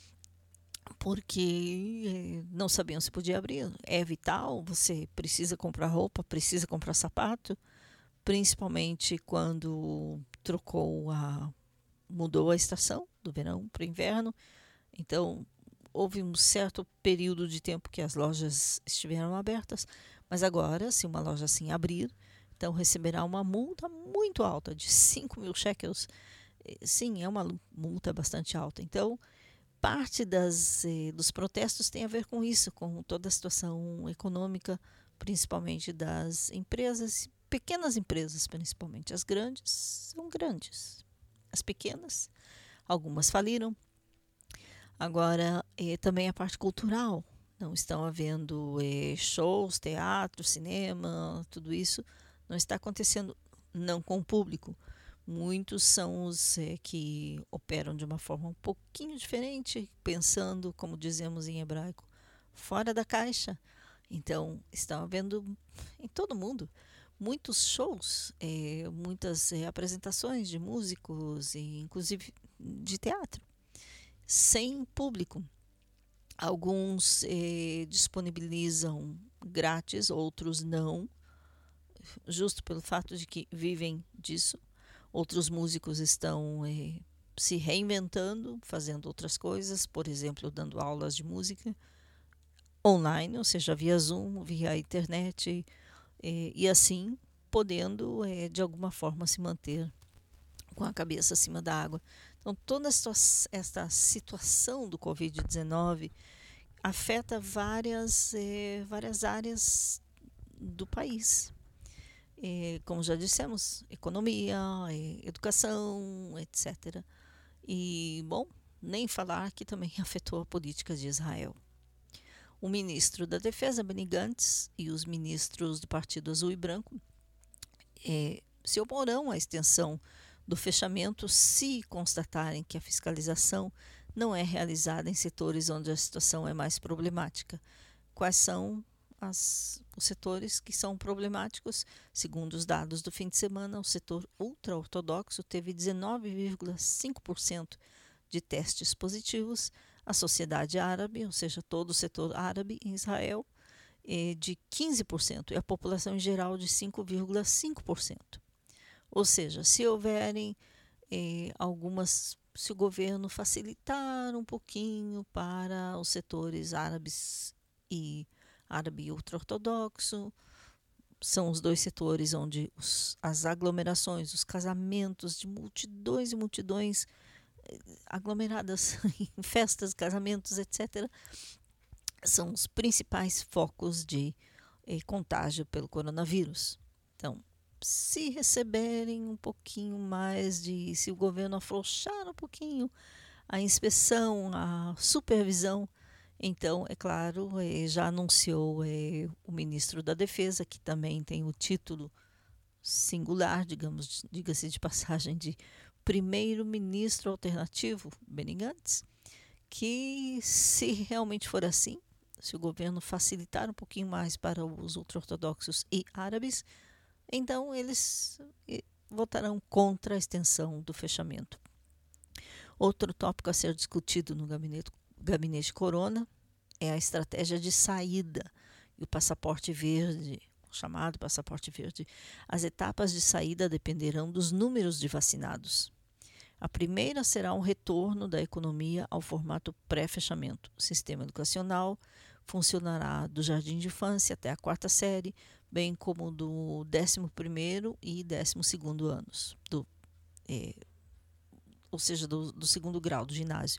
porque eh, não sabiam se podia abrir. É vital, você precisa comprar roupa, precisa comprar sapato, principalmente quando trocou a mudou a estação do verão para o inverno. Então houve um certo período de tempo que as lojas estiveram abertas, mas agora, se uma loja assim abrir, então receberá uma multa muito alta de cinco mil shekels. Sim, é uma multa bastante alta. Então parte das, eh, dos protestos tem a ver com isso, com toda a situação econômica, principalmente das empresas, pequenas empresas principalmente. As grandes são grandes, as pequenas, algumas faliram. Agora, eh, também a parte cultural, não estão havendo eh, shows, teatro, cinema, tudo isso não está acontecendo, não com o público. Muitos são os eh, que operam de uma forma um pouquinho diferente, pensando, como dizemos em hebraico, fora da caixa. Então, estão havendo em todo mundo muitos shows, eh, muitas eh, apresentações de músicos, e inclusive de teatro, sem público. Alguns eh, disponibilizam grátis, outros não, justo pelo fato de que vivem disso. Outros músicos estão eh, se reinventando, fazendo outras coisas, por exemplo, dando aulas de música online, ou seja, via Zoom, via internet, eh, e assim podendo, eh, de alguma forma, se manter com a cabeça acima da água. Então, toda esta, esta situação do covid dezenove afeta várias, eh, várias áreas do país. Eh, como já dissemos, economia, eh, educação, etcétera. E, bom, nem falar que também afetou a política de Israel. O ministro da Defesa, Benny Gantz, e os ministros do Partido Azul e Branco eh, se oporão à extensão do fechamento se constatarem que a fiscalização não é realizada em setores onde a situação é mais problemática. Quais são as, os setores que são problemáticos? Segundo os dados do fim de semana, o setor ultra-ortodoxo teve dezenove vírgula cinco por cento de testes positivos, a sociedade árabe, ou seja, todo o setor árabe em Israel, é de quinze por cento e a população em geral de cinco vírgula cinco por cento. Ou seja, se houverem eh, algumas, se o governo facilitar um pouquinho para os setores árabes e árabe ultra-ortodoxo, são os dois setores onde os, as aglomerações, os casamentos de multidões e multidões eh, aglomeradas em festas, casamentos, etcétera, são os principais focos de eh, contágio pelo coronavírus. Então, se receberem um pouquinho mais de, se o governo afrouxar um pouquinho a inspeção, a supervisão, então, é claro, eh, já anunciou eh, o ministro da Defesa, que também tem o título singular, digamos, diga-se de passagem, de primeiro-ministro alternativo, Benny Gantz, que se realmente for assim, se o governo facilitar um pouquinho mais para os ultra-ortodoxos e árabes, então eles votarão contra a extensão do fechamento. Outro tópico a ser discutido no gabinete, gabinete Corona é a estratégia de saída e o passaporte verde, o chamado passaporte verde. As etapas de saída dependerão dos números de vacinados. A primeira será um retorno da economia ao formato pré-fechamento. O sistema educacional funcionará do jardim de infância até a quarta série, bem como do décimo primeiro e décimo segundo anos, do, é, ou seja, do, do segundo grau do ginásio.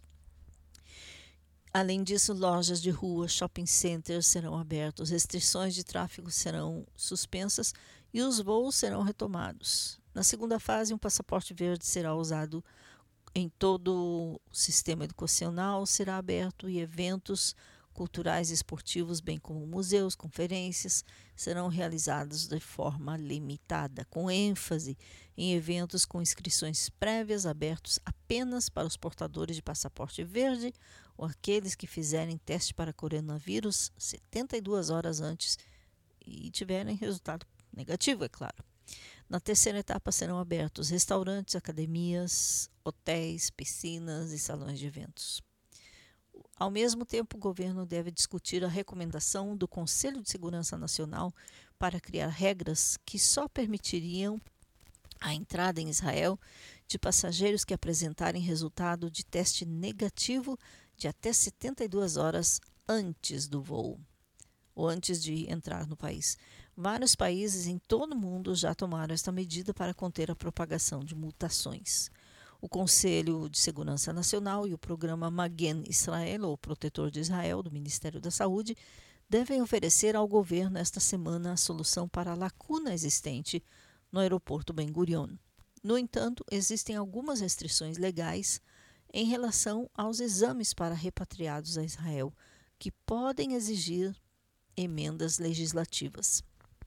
Além disso, lojas de rua, shopping centers serão abertos, restrições de tráfego serão suspensas e os voos serão retomados. Na segunda fase, um passaporte verde será usado em todo o sistema educacional, será aberto e eventos culturais e esportivos, bem como museus, conferências, serão realizados de forma limitada, com ênfase em eventos com inscrições prévias abertos apenas para os portadores de passaporte verde ou aqueles que fizerem teste para coronavírus setenta e duas horas antes e tiverem resultado negativo, é claro. Na terceira etapa serão abertos restaurantes, academias, hotéis, piscinas e salões de eventos. Ao mesmo tempo, o governo deve discutir a recomendação do Conselho de Segurança Nacional para criar regras que só permitiriam a entrada em Israel de passageiros que apresentarem resultado de teste negativo de até setenta e duas horas antes do voo, ou antes de entrar no país. Vários países em todo o mundo já tomaram esta medida para conter a propagação de mutações. O Conselho de Segurança Nacional e o programa Magen Israel, ou Protetor de Israel, do Ministério da Saúde, devem oferecer ao governo esta semana a solução para a lacuna existente no aeroporto Ben Gurion. No entanto, existem algumas restrições legais em relação aos exames para repatriados a Israel, que podem exigir emendas legislativas.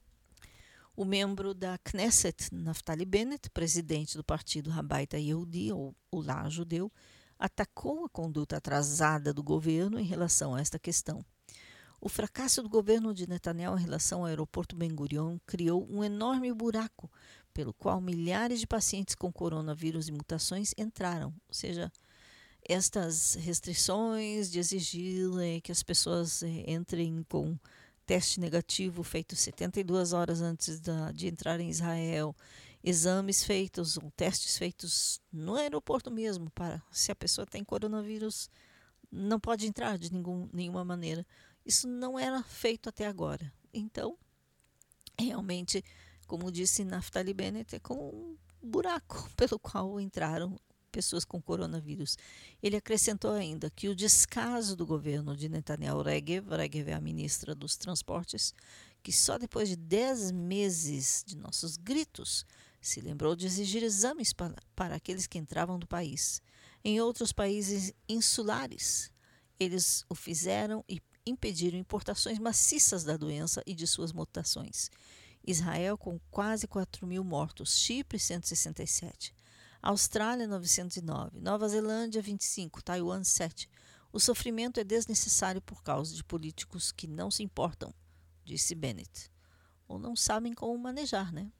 O membro da Knesset, Naftali Bennett, presidente do partido Habayit Yehudi, ou o Lar Judeu, atacou a conduta atrasada do governo em relação a esta questão. O fracasso do governo de Netanyahu em relação ao aeroporto Ben Gurion criou um enorme buraco pelo qual milhares de pacientes com coronavírus e mutações entraram. Ou seja, estas restrições de exigir eh, que as pessoas eh, entrem com teste negativo feito setenta e duas horas antes da, de entrar em Israel, exames feitos ou testes feitos no aeroporto mesmo, para se a pessoa tem coronavírus, não pode entrar de nenhum, nenhuma maneira. Isso não era feito até agora. Então, realmente, como disse Naftali Bennett, é com um buraco pelo qual entraram pessoas com coronavírus. Ele acrescentou ainda que o descaso do governo de Netanyahu Regev, Regev é a ministra dos Transportes, que só depois de dez meses de nossos gritos se lembrou de exigir exames para, para aqueles que entravam do país. Em outros países insulares, eles o fizeram e impediram importações maciças da doença e de suas mutações. Israel com quase quatro mil mortos, Chipre cento e sessenta e sete, Austrália novecentos e nove, Nova Zelândia vinte e cinco, Taiwan sete. O sofrimento é desnecessário por causa de políticos que não se importam, disse Bennett, ou não sabem como manejar, né?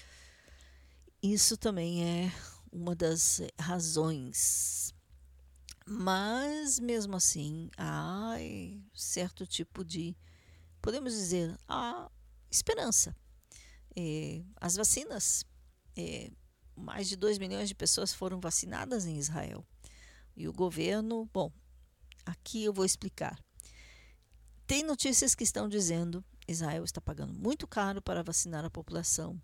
Isso também é uma das razões. Mas, mesmo assim, há certo tipo de, podemos dizer, há esperança. É, as vacinas, é, mais de dois milhões de pessoas foram vacinadas em Israel. E o governo, bom, aqui eu vou explicar. Tem notícias que estão dizendo que Israel está pagando muito caro para vacinar a população.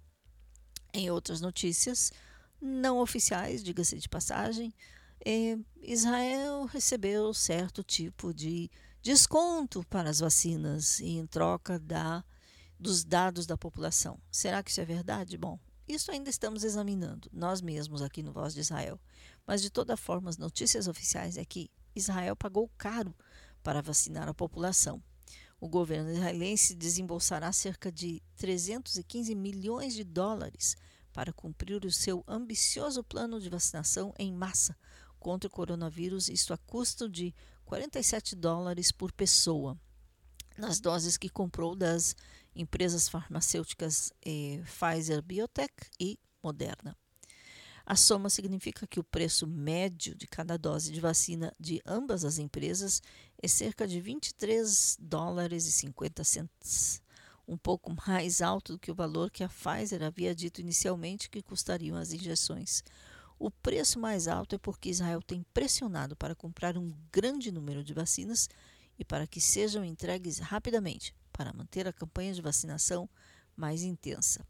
Em outras notícias, não oficiais, diga-se de passagem, eh, Israel recebeu certo tipo de desconto para as vacinas em troca da, dos dados da população. Será que isso é verdade? Bom, isso ainda estamos examinando, nós mesmos aqui no Voz de Israel. Mas, de toda forma, as notícias oficiais é que Israel pagou caro para vacinar a população. O governo israelense desembolsará cerca de trezentos e quinze milhões de dólares para cumprir o seu ambicioso plano de vacinação em massa contra o coronavírus, isto a custo de quarenta e sete dólares por pessoa, nas doses que comprou das empresas farmacêuticas eh, Pfizer Biotech e Moderna. A soma significa que o preço médio de cada dose de vacina de ambas as empresas é cerca de vinte e três dólares e cinquenta centavos, um pouco mais alto do que o valor que a Pfizer havia dito inicialmente que custariam as injeções. O preço mais alto é porque Israel tem pressionado para comprar um grande número de vacinas e para que sejam entregues rapidamente, para manter a campanha de vacinação mais intensa,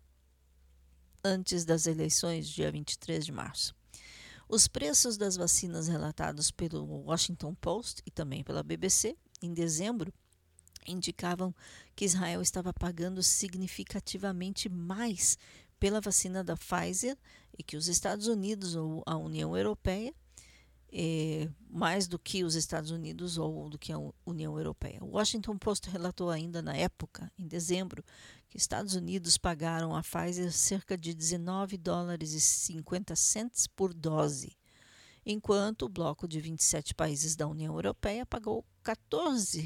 antes das eleições, dia vinte e três de março. Os preços das vacinas relatados pelo Washington Post e também pela B B C em dezembro indicavam que Israel estava pagando significativamente mais pela vacina da Pfizer e que os Estados Unidos ou a União Europeia, eh, mais do que os Estados Unidos ou do que a União Europeia. O Washington Post relatou ainda na época, em dezembro, que Estados Unidos pagaram a Pfizer cerca de dezenove dólares e cinquenta centavos por dose, enquanto o bloco de vinte e sete países da União Europeia pagou quatorze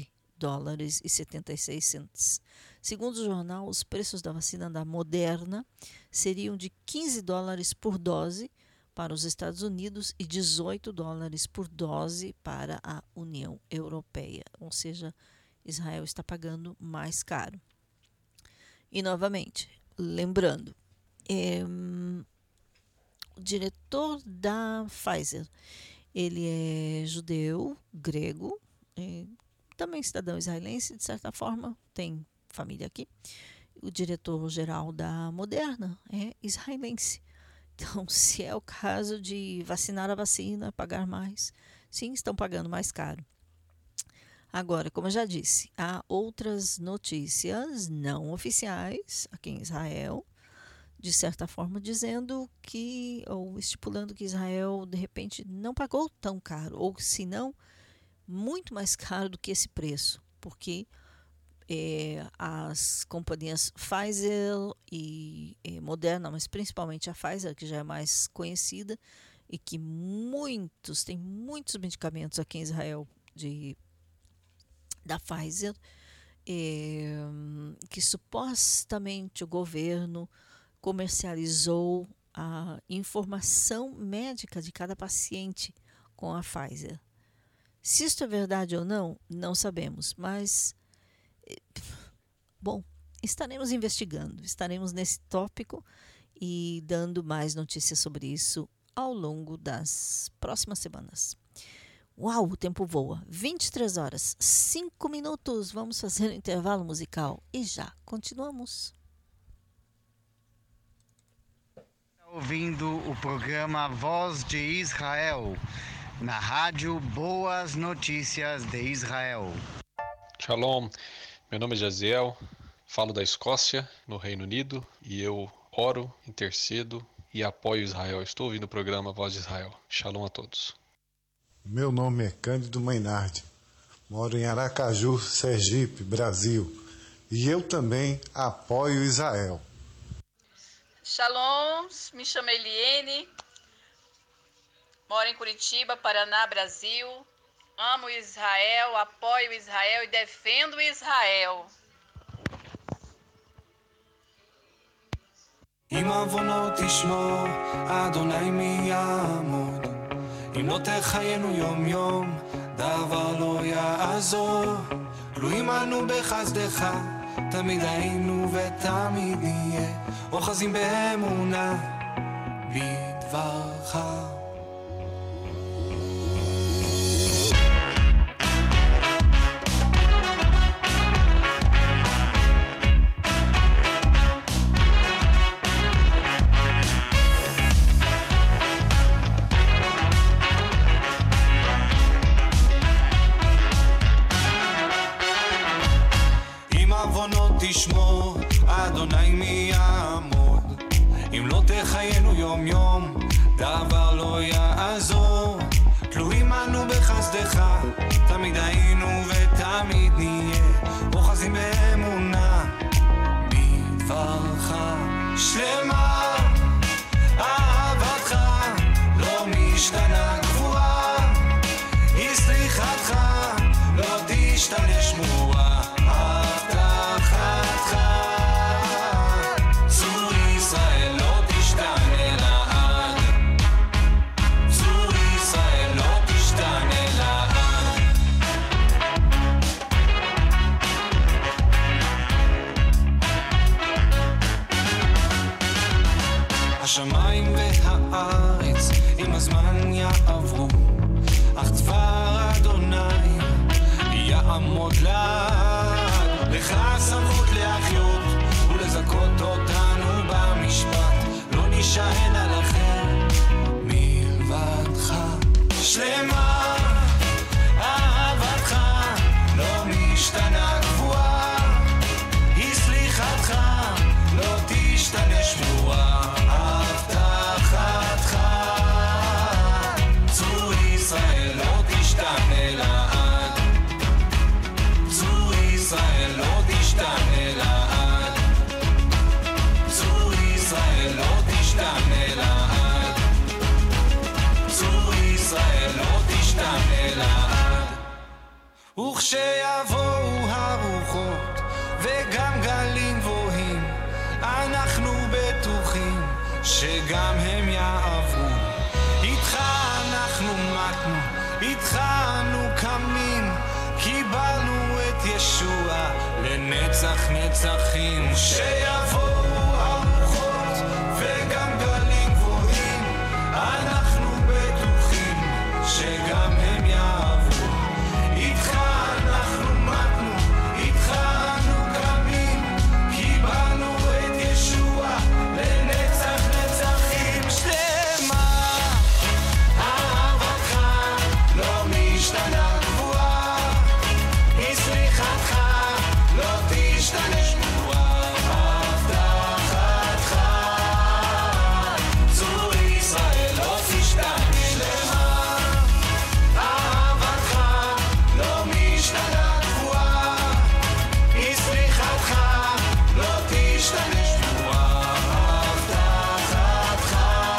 dólares e setenta e seis centavos. Segundo o jornal, os preços da vacina da Moderna seriam de quinze dólares por dose para os Estados Unidos e dezoito dólares por dose para a União Europeia. Ou seja, Israel está pagando mais caro. E, novamente, lembrando, é, o diretor da Pfizer, ele é judeu, grego, é, também cidadão israelense, de certa forma, tem família aqui. O diretor-geral da Moderna é israelense. Então, se é o caso de vacinar a vacina, pagar mais, sim, estão pagando mais caro. Agora, como eu já disse, há outras notícias não oficiais aqui em Israel, de certa forma dizendo que, ou estipulando que Israel, de repente, não pagou tão caro, ou se não, muito mais caro do que esse preço, porque é, as companhias Pfizer e é, Moderna, mas principalmente a Pfizer, que já é mais conhecida, e que muitos, tem muitos medicamentos aqui em Israel de da Pfizer, é, que supostamente o governo comercializou a informação médica de cada paciente com a Pfizer. Se isso é verdade ou não, não sabemos, mas, bom, estaremos investigando, estaremos nesse tópico e dando mais notícias sobre isso ao longo das próximas semanas. Uau, o tempo voa. vinte e três horas, cinco minutos. Vamos fazer um intervalo musical e já continuamos. Ouvindo o programa Voz de Israel, na rádio Boas Notícias de Israel. Shalom, meu nome é Jaziel, falo da Escócia, no Reino Unido, e eu oro, intercedo e apoio Israel. Estou ouvindo o programa Voz de Israel. Shalom a todos. Meu nome é Cândido Mainardi, moro em Aracaju, Sergipe, Brasil, e eu também apoio Israel. Shalom, me chamo Eliene, moro em Curitiba, Paraná, Brasil, amo Israel, apoio Israel e defendo Israel. אם עוונות תשמור, אדוני מי יעמוד? אם לא תחיינו יום יום, דבר לא יעזור. תלויים אנו בחסדך, תמיד היינו ותמיד נהיה, אוחזים באמונה בדברך. תשמור, אדוני מי יעמוד? אם לא תחיינו יום יום, דבר לא יעזור. תלויים אנו בחסדך, תמיד היינו ותמיד נהיה, אוחזים באמונה בדברך. שלמה אהבתך לא משתנה קבועה, היא סליחתך לא תשתנה שמורה. השמיים והארץ עם הזמן יעברו, אך דבר אדוני יעמוד לעד. לך סמכות להחיות ולזכות אותנו במשפט, לא נשען על אחר מלבדך. שלמה אהבתך לא משתנה קבועה, היא סליחתך לא תשתנה שמורה. וכשיבואו שגם הם יעברו. איתך אנחנו מתנו, איתך אנו קמים, קיבלנו את ישוע לנצח נצחים. שיבואו הרוחות וגם גלים גבוהים, אנחנו בטוחים שגם הם יעברו. איתך אנחנו מתנו, איתך אנו קמים, קיבלנו את ישוע לנצח נצחים. שלמה אהבתך לא משתנה גבוהה, היא סליחתך לא תשתנה שבועה, הבטחתך צור ישראל לא תשתנה. שלמה אהבתך לא משתנה גבוהה, היא סליחתך לא תשתנה שבועה, הבטחתך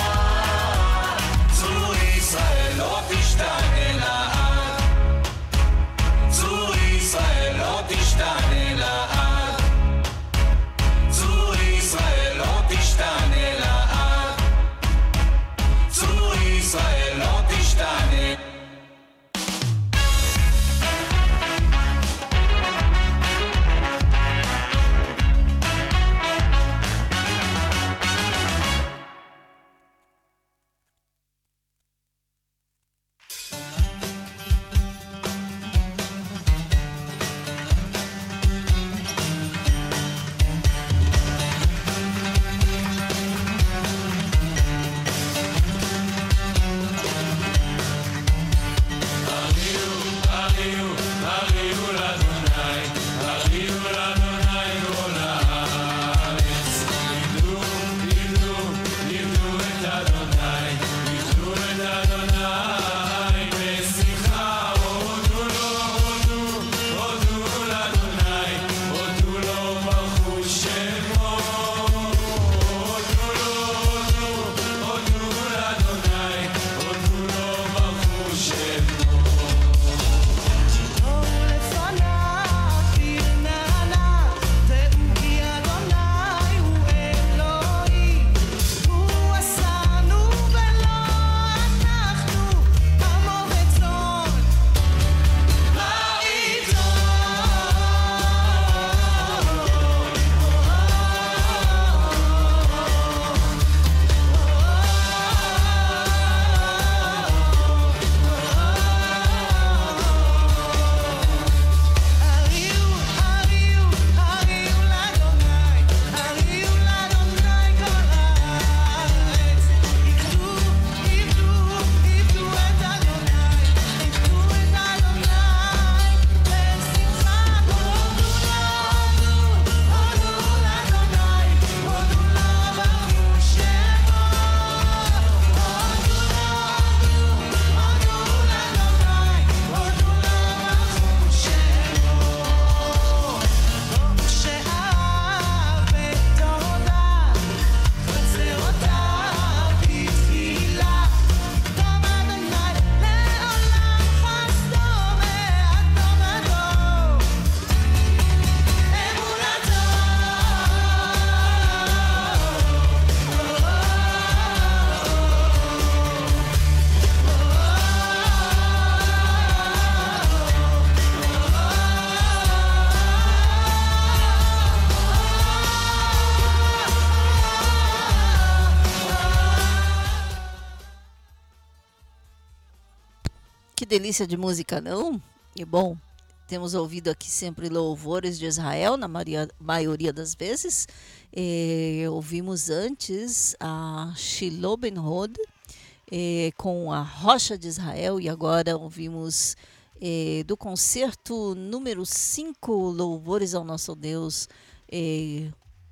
צור ישראל לא תשתנה לעד, צור ישראל לא תשתנה לעד, צור ישראל לא תשתנה לעד, צור ישראל לא תשתנה. Que delícia de música, não? E bom, temos ouvido aqui sempre louvores de Israel, na maioria, maioria das vezes. E ouvimos antes a Shiloh Ben Hod e, com a Rocha de Israel, e agora ouvimos e, do concerto número cinco, Louvores ao Nosso Deus, e,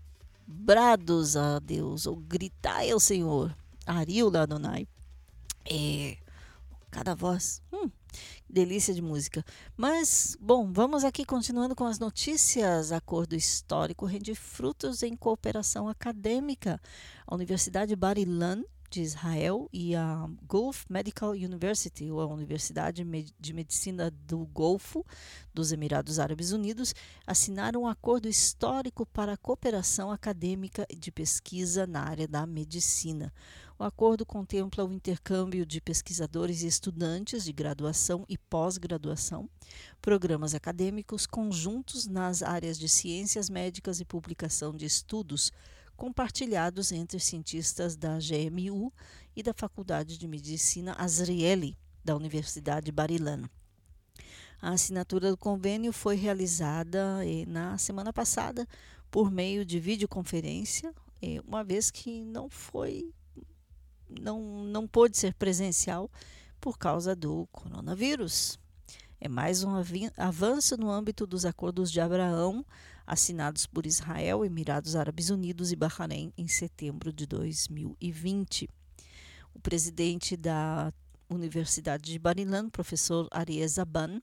Brados a Deus, ou Gritai ao Senhor, Ariu Ladonai. E, cada voz, hum, delícia de música. Mas, bom, vamos aqui continuando com as notícias. Acordo histórico rende frutos em cooperação acadêmica. A Universidade Bar Ilan de Israel e a Gulf Medical University, ou a Universidade de Medicina do Golfo dos Emirados Árabes Unidos, assinaram um acordo histórico para a cooperação acadêmica e de pesquisa na área da medicina. O acordo contempla o intercâmbio de pesquisadores e estudantes de graduação e pós-graduação, programas acadêmicos conjuntos nas áreas de ciências médicas e publicação de estudos compartilhados entre cientistas da G M U e da Faculdade de Medicina Azrieli, da Universidade Bar-Ilan. A assinatura do convênio foi realizada eh, na semana passada por meio de videoconferência, eh, uma vez que não foi, não, não pôde ser presencial por causa do coronavírus. É mais um avanço no âmbito dos acordos de Abraão, assinados por Israel, Emirados Árabes Unidos e Bahrein em setembro de dois mil e vinte. O presidente da Universidade de Bar-Ilan, professor Aryeh Zaban,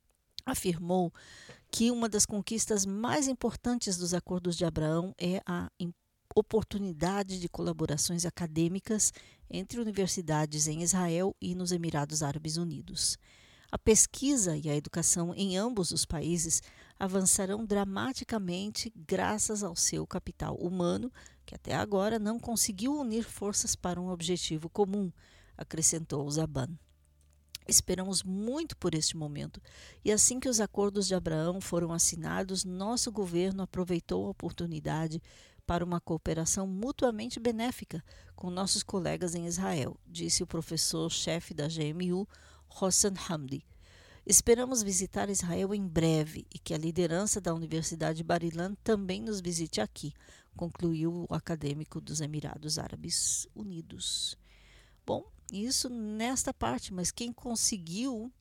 afirmou que uma das conquistas mais importantes dos acordos de Abraão é a oportunidade de colaborações acadêmicas entre universidades em Israel e nos Emirados Árabes Unidos. A pesquisa e a educação em ambos os países avançarão dramaticamente graças ao seu capital humano, que até agora não conseguiu unir forças para um objetivo comum, acrescentou Zaban. Esperamos muito por este momento, e assim que os acordos de Abraão foram assinados, nosso governo aproveitou a oportunidade para uma cooperação mutuamente benéfica com nossos colegas em Israel, disse o professor-chefe da G M U, Hossein Hamdi. Esperamos visitar Israel em breve e que a liderança da Universidade Bar-Ilan também nos visite aqui, concluiu o acadêmico dos Emirados Árabes Unidos. Bom, isso nesta parte, mas quem conseguiu,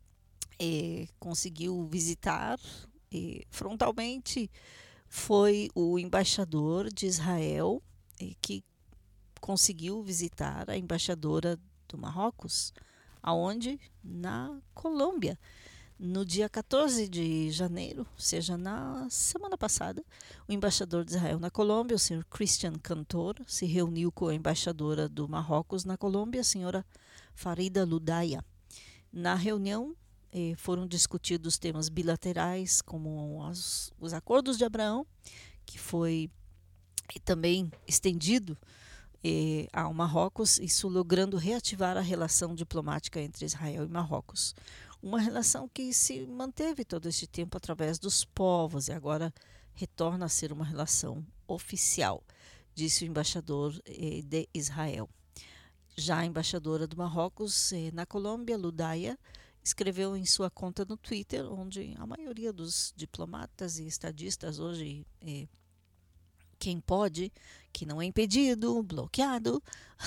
é, conseguiu visitar é, frontalmente foi o embaixador de Israel, é, que conseguiu visitar a embaixadora do Marrocos, aonde? Na Colômbia. No dia quatorze de janeiro, ou seja, na semana passada, o embaixador de Israel na Colômbia, o senhor Christian Cantor, se reuniu com a embaixadora do Marrocos na Colômbia, a senhora Farida Loudaia. Na reunião, eh, foram discutidos temas bilaterais, como os, os acordos de Abraão, que foi também estendido Eh, ao Marrocos, isso logrando reativar a relação diplomática entre Israel e Marrocos. Uma relação que se manteve todo este tempo através dos povos e agora retorna a ser uma relação oficial, disse o embaixador eh, de Israel. Já a embaixadora do Marrocos eh, na Colômbia, Loudaia, escreveu em sua conta no Twitter, onde a maioria dos diplomatas e estadistas hoje eh, quem pode, que não é impedido, bloqueado,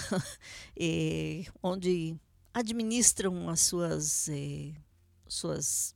é, onde administram as suas, é, suas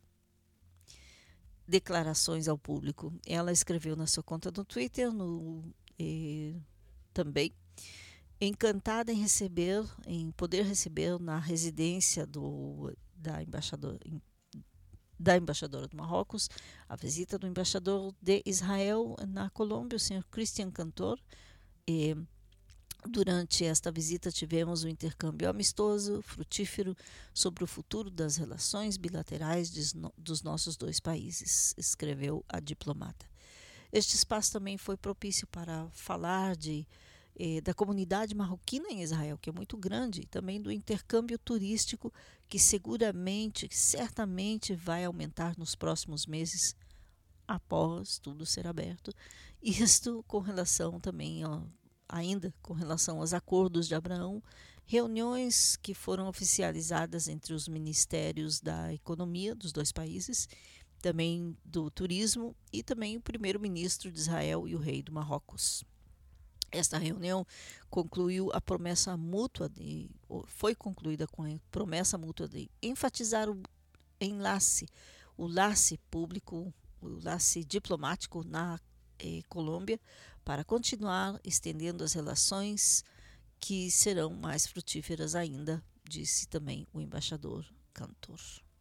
declarações ao público. Ela escreveu na sua conta no Twitter, no, é, também, encantada em receber, em poder receber na residência do, da embaixadora, da embaixadora do Marrocos, a visita do embaixador de Israel na Colômbia, o senhor Christian Cantor. E durante esta visita tivemos um intercâmbio amistoso, frutífero, sobre o futuro das relações bilaterais dos nossos dois países, escreveu a diplomata. Este espaço também foi propício para falar de Eh, da comunidade marroquina em Israel, que é muito grande, e também do intercâmbio turístico, que seguramente, certamente vai aumentar nos próximos meses, após tudo ser aberto. Isto com relação também, ó, ainda com relação aos acordos de Abraão, reuniões que foram oficializadas entre os ministérios da economia dos dois países, também do turismo e também o primeiro-ministro de Israel e o rei do Marrocos. Esta reunião concluiu a promessa mútua de, foi concluída com a promessa mútua de enfatizar o enlace, o laço público, o laço diplomático na eh, Colômbia, para continuar estendendo as relações que serão mais frutíferas ainda, disse também o embaixador Cantor.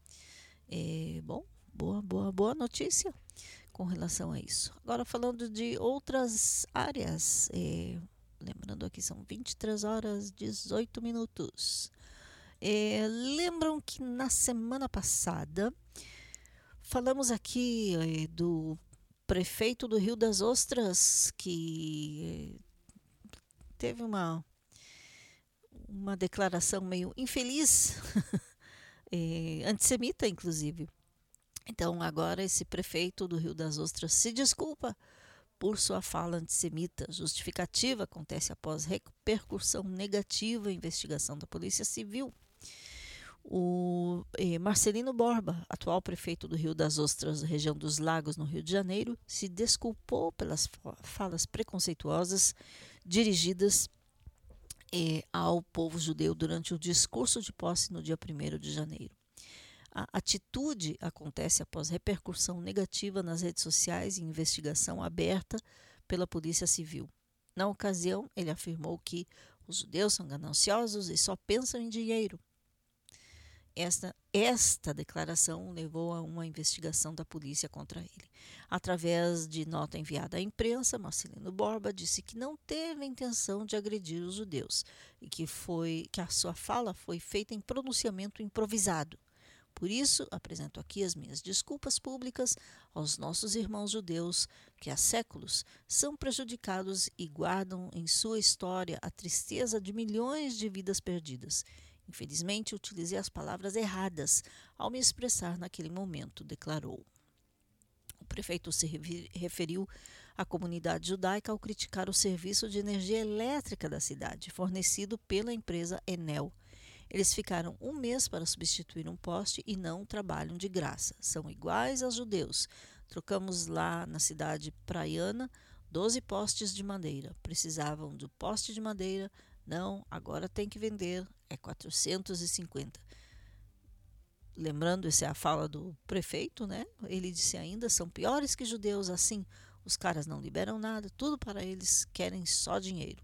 É, bom, boa, boa, boa notícia com relação a isso. Agora, falando de outras áreas, é, Lembrando aqui, são vinte e três horas e dezoito minutos. É, lembram que na semana passada falamos aqui é, do prefeito do Rio das Ostras, que é, teve uma, uma declaração meio infeliz, é, antissemita, inclusive. Então, agora esse prefeito do Rio das Ostras se desculpa por sua fala antissemita. Justificativa acontece após repercussão negativa em investigação da Polícia Civil. O eh, Marcelino Borba, atual prefeito do Rio das Ostras, região dos Lagos, no Rio de Janeiro, se desculpou pelas falas preconceituosas dirigidas eh, ao povo judeu durante o discurso de posse no dia primeiro de janeiro. A atitude acontece após repercussão negativa nas redes sociais e investigação aberta pela Polícia Civil. Na ocasião, ele afirmou que os judeus são gananciosos e só pensam em dinheiro. Esta, esta declaração levou a uma investigação da polícia contra ele. Através de nota enviada à imprensa, Marcelino Borba disse que não teve a intenção de agredir os judeus e que, foi, que a sua fala foi feita em pronunciamento improvisado. Por isso, apresento aqui as minhas desculpas públicas aos nossos irmãos judeus que há séculos são prejudicados e guardam em sua história a tristeza de milhões de vidas perdidas. Infelizmente, utilizei as palavras erradas ao me expressar naquele momento, declarou. O prefeito se referiu à comunidade judaica ao criticar o serviço de energia elétrica da cidade, fornecido pela empresa Enel. Eles ficaram um mês para substituir um poste e não trabalham de graça. São iguais aos judeus. Trocamos lá na cidade praiana doze postes de madeira. Precisavam do poste de madeira. Não, agora tem que vender. É quatrocentos e cinquenta. Lembrando, essa é a fala do prefeito, né? Ele disse ainda, são piores que judeus assim. Os caras não liberam nada. Tudo para eles, querem só dinheiro.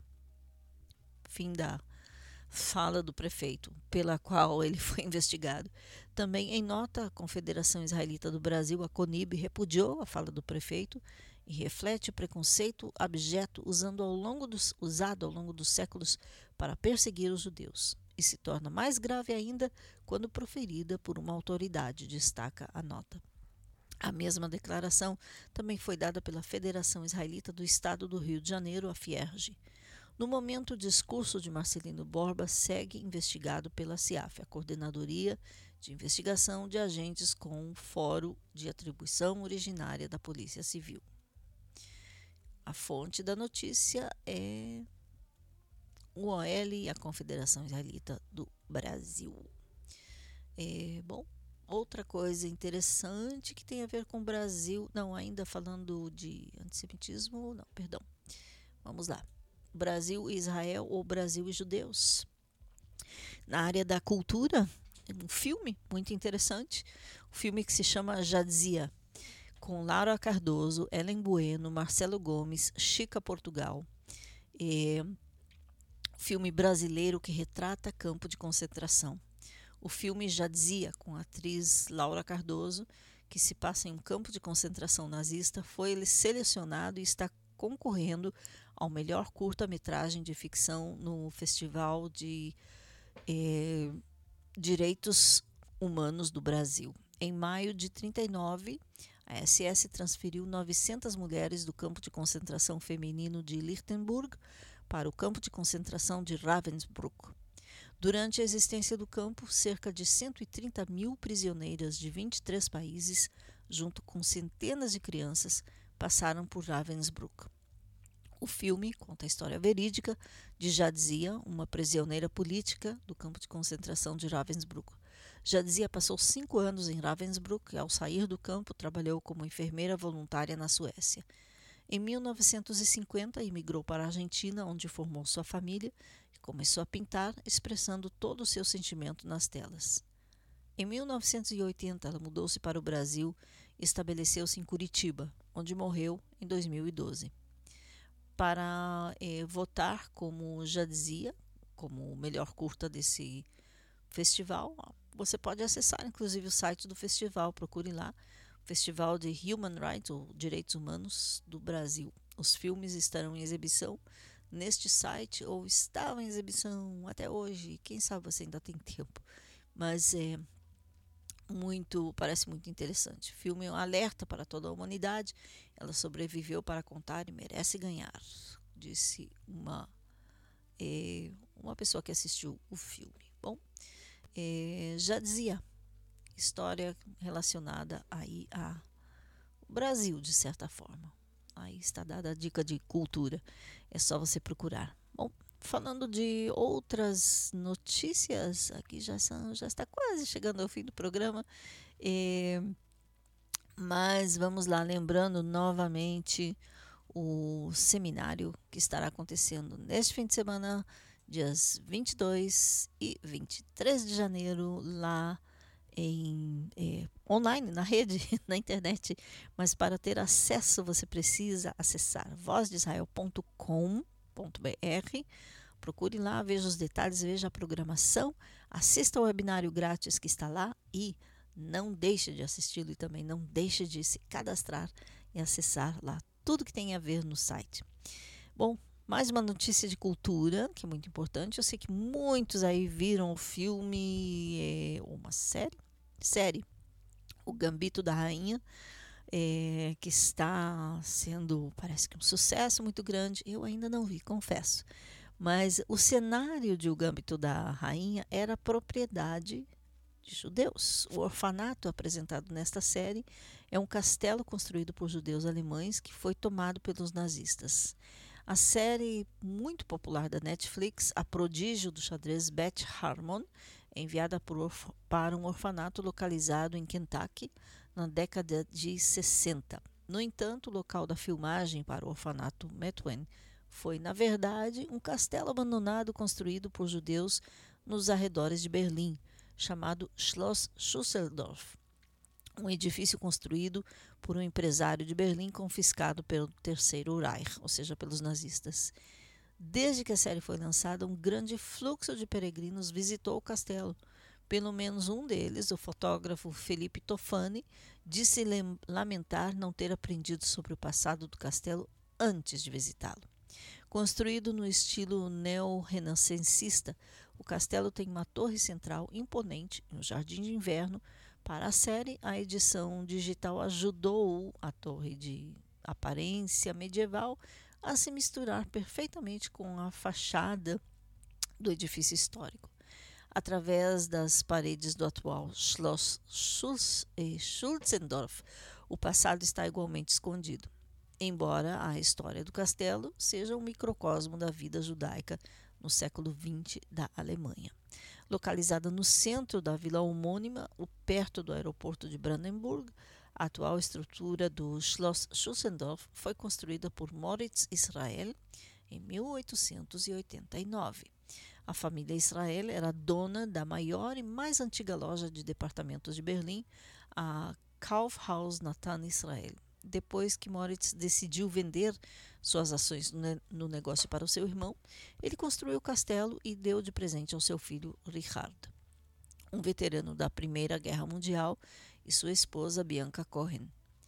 Fim da fala do prefeito, pela qual ele foi investigado. Também em nota, a Confederação Israelita do Brasil, a CONIB, repudiou a fala do prefeito e reflete o preconceito abjeto usando ao longo dos, usado ao longo dos séculos para perseguir os judeus. E se torna mais grave ainda quando proferida por uma autoridade, destaca a nota. A mesma declaração também foi dada pela Federação Israelita do Estado do Rio de Janeiro, a FIERJ. No momento, o discurso de Marcelino Borba segue investigado pela CIAF, a Coordenadoria de Investigação de Agentes com Fórum de Atribuição Originária da Polícia Civil. A fonte da notícia é o O L, a Confederação Israelita do Brasil. É, bom, outra coisa interessante que tem a ver com o Brasil, não, ainda falando de antissemitismo, não, perdão, vamos lá. Brasil e Israel ou Brasil e judeus. Na área da cultura, um filme muito interessante, um filme que se chama Jadzia, com Laura Cardoso, Ellen Bueno, Marcelo Gomes, Chica Portugal. É um filme brasileiro que retrata campo de concentração. O filme Jadzia, com a atriz Laura Cardoso, que se passa em um campo de concentração nazista, foi selecionado e está concorrendo ao melhor curta-metragem de ficção no Festival de eh, Direitos Humanos do Brasil. Em maio de trinta e nove, a S S transferiu novecentas mulheres do campo de concentração feminino de Lichtenburg para o campo de concentração de Ravensbrück. Durante a existência do campo, cerca de cento e trinta mil prisioneiras de vinte e três países, junto com centenas de crianças, passaram por Ravensbrück. O filme conta a história verídica de Jadzia, uma prisioneira política do campo de concentração de Ravensbrück. Jadzia passou cinco anos em Ravensbrück e, ao sair do campo, trabalhou como enfermeira voluntária na Suécia. Em mil novecentos e cinquenta, emigrou para a Argentina, onde formou sua família e começou a pintar, expressando todo o seu sentimento nas telas. Em mil novecentos e oitenta, ela mudou-se para o Brasil e estabeleceu-se em Curitiba, onde morreu em dois mil e doze. Para eh, votar como Jadzia, como o melhor curta desse festival, você pode acessar inclusive o site do festival, procure lá, Festival de Human Rights, ou Direitos Humanos do Brasil. Os filmes estarão em exibição neste site, ou estava em exibição até hoje. Quem sabe você ainda tem tempo. Mas é muito, parece muito interessante. O filme é um alerta para toda a humanidade. Ela sobreviveu para contar e merece ganhar, disse uma, é, uma pessoa que assistiu o filme. Bom, é, já dizia, história relacionada aí ao Brasil, de certa forma. Aí está dada a dica de cultura, é só você procurar. Bom, falando de outras notícias, aqui já, são, já está quase chegando ao fim do programa, é, mas vamos lá, lembrando novamente o seminário que estará acontecendo neste fim de semana, dias vinte e dois e vinte e três de janeiro, lá em é, online, na rede, na internet. Mas para ter acesso você precisa acessar voz de israel ponto com ponto b r. Procure lá, veja os detalhes, veja a programação, assista ao webinário grátis que está lá e não deixe de assisti-lo e também não deixe de se cadastrar e acessar lá tudo que tem a ver no site. Bom, mais uma notícia de cultura, que é muito importante. Eu sei que muitos aí viram o filme, é, uma série, série, O Gambito da Rainha, é, que está sendo, parece que um sucesso muito grande. Eu ainda não vi, confesso. Mas o cenário de O Gambito da Rainha era propriedade de judeus. O orfanato apresentado nesta série é um castelo construído por judeus alemães que foi tomado pelos nazistas. A série muito popular da Netflix, A Prodígio do Xadrez Beth Harmon, é enviada por, para um orfanato localizado em Kentucky na década de sessenta. No entanto, o local da filmagem para o orfanato Methuen foi, na verdade, um castelo abandonado construído por judeus nos arredores de Berlim, chamado Schloss Schüsseldorf, um edifício construído por um empresário de Berlim confiscado pelo Terceiro Reich, ou seja, pelos nazistas. Desde que a série foi lançada, um grande fluxo de peregrinos visitou o castelo. Pelo menos um deles, o fotógrafo Felipe Tofani, disse lamentar não ter aprendido sobre o passado do castelo antes de visitá-lo. Construído no estilo neo-renascencista, o castelo tem uma torre central imponente e um jardim de inverno. Para a série, a edição digital ajudou a torre de aparência medieval a se misturar perfeitamente com a fachada do edifício histórico. Através das paredes do atual Schloss Schützendorf, o passado está igualmente escondido, embora a história do castelo seja um microcosmo da vida judaica no século vinte da Alemanha. Localizada no centro da vila homônima, perto do aeroporto de Brandenburg, a atual estrutura do Schloss Schützendorf foi construída por Moritz Israel em mil oitocentos e oitenta e nove. A família Israel era dona da maior e mais antiga loja de departamentos de Berlim, a Kaufhaus Natan Israel. Depois que Moritz decidiu vender suas ações no negócio para o seu irmão, ele construiu o castelo e deu de presente ao seu filho Richard, um veterano da Primeira Guerra Mundial, e sua esposa Bianca Cohen.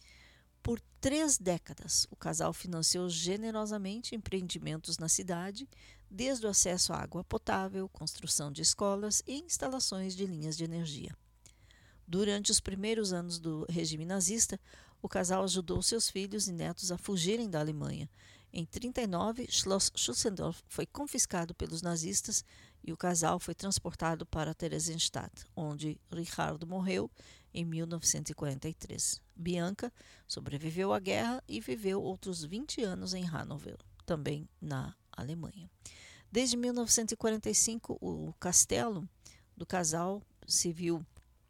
Por três décadas, o casal financiou generosamente empreendimentos na cidade, desde o acesso à água potável, construção de escolas e instalações de linhas de energia. Durante os primeiros anos do regime nazista, o casal ajudou seus filhos e netos a fugirem da Alemanha. Em trinta e nove, Schloss Schützendorf foi confiscado pelos nazistas e o casal foi transportado para Theresienstadt, onde Richard morreu em mil novecentos e quarenta e três. Bianca sobreviveu à guerra e viveu outros vinte anos em Hannover, também na Alemanha. Desde mil novecentos e quarenta e cinco, o castelo do casal se viu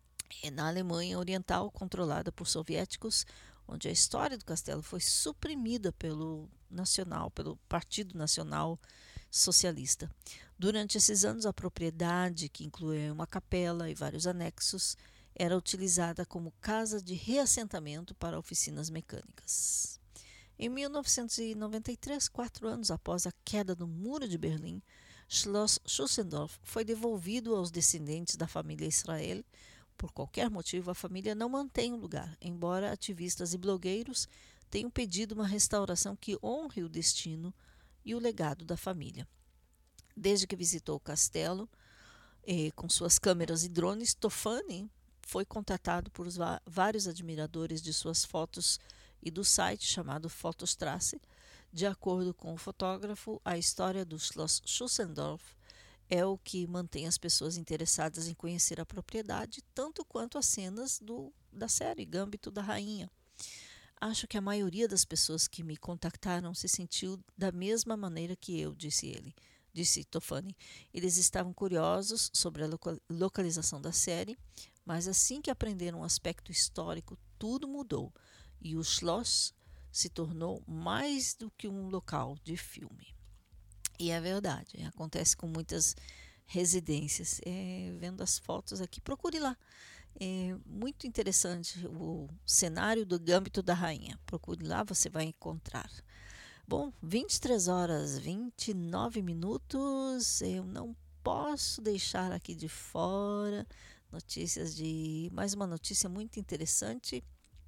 na Alemanha Oriental, controlada por soviéticos, onde a história do castelo foi suprimida pelo nacional, pelo Partido Nacional Socialista. Durante esses anos, a propriedade, que incluía uma capela e vários anexos, era utilizada como casa de reassentamento para oficinas mecânicas. Em mil novecentos e noventa e três, quatro anos após a queda do Muro de Berlim, Schloss Schützendorf foi devolvido aos descendentes da família Israel. Por qualquer motivo, a família não mantém o lugar, embora ativistas e blogueiros tenham pedido uma restauração que honre o destino e o legado da família. Desde que visitou o castelo, eh, com suas câmeras e drones, Tofani foi contatado por vários admiradores de suas fotos e do site chamado Fotostrasse. De acordo com o fotógrafo, a história do Schloss Schüssendorf é o que mantém as pessoas interessadas em conhecer a propriedade, tanto quanto as cenas do, da série Gambito da Rainha. Acho que a maioria das pessoas que me contactaram se sentiu da mesma maneira que eu, disse ele, disse Tofani. Eles estavam curiosos sobre a loca- localização da série, mas assim que aprenderam o aspecto histórico, tudo mudou e o Schloss se tornou mais do que um local de filme. E é verdade, acontece com muitas residências. É, vendo as fotos aqui, procure lá. É muito interessante o cenário do Gambito da Rainha. Procure lá, você vai encontrar. Bom, vinte e três horas e vinte e nove minutos. Eu não posso deixar aqui de fora notícias de mais uma notícia muito interessante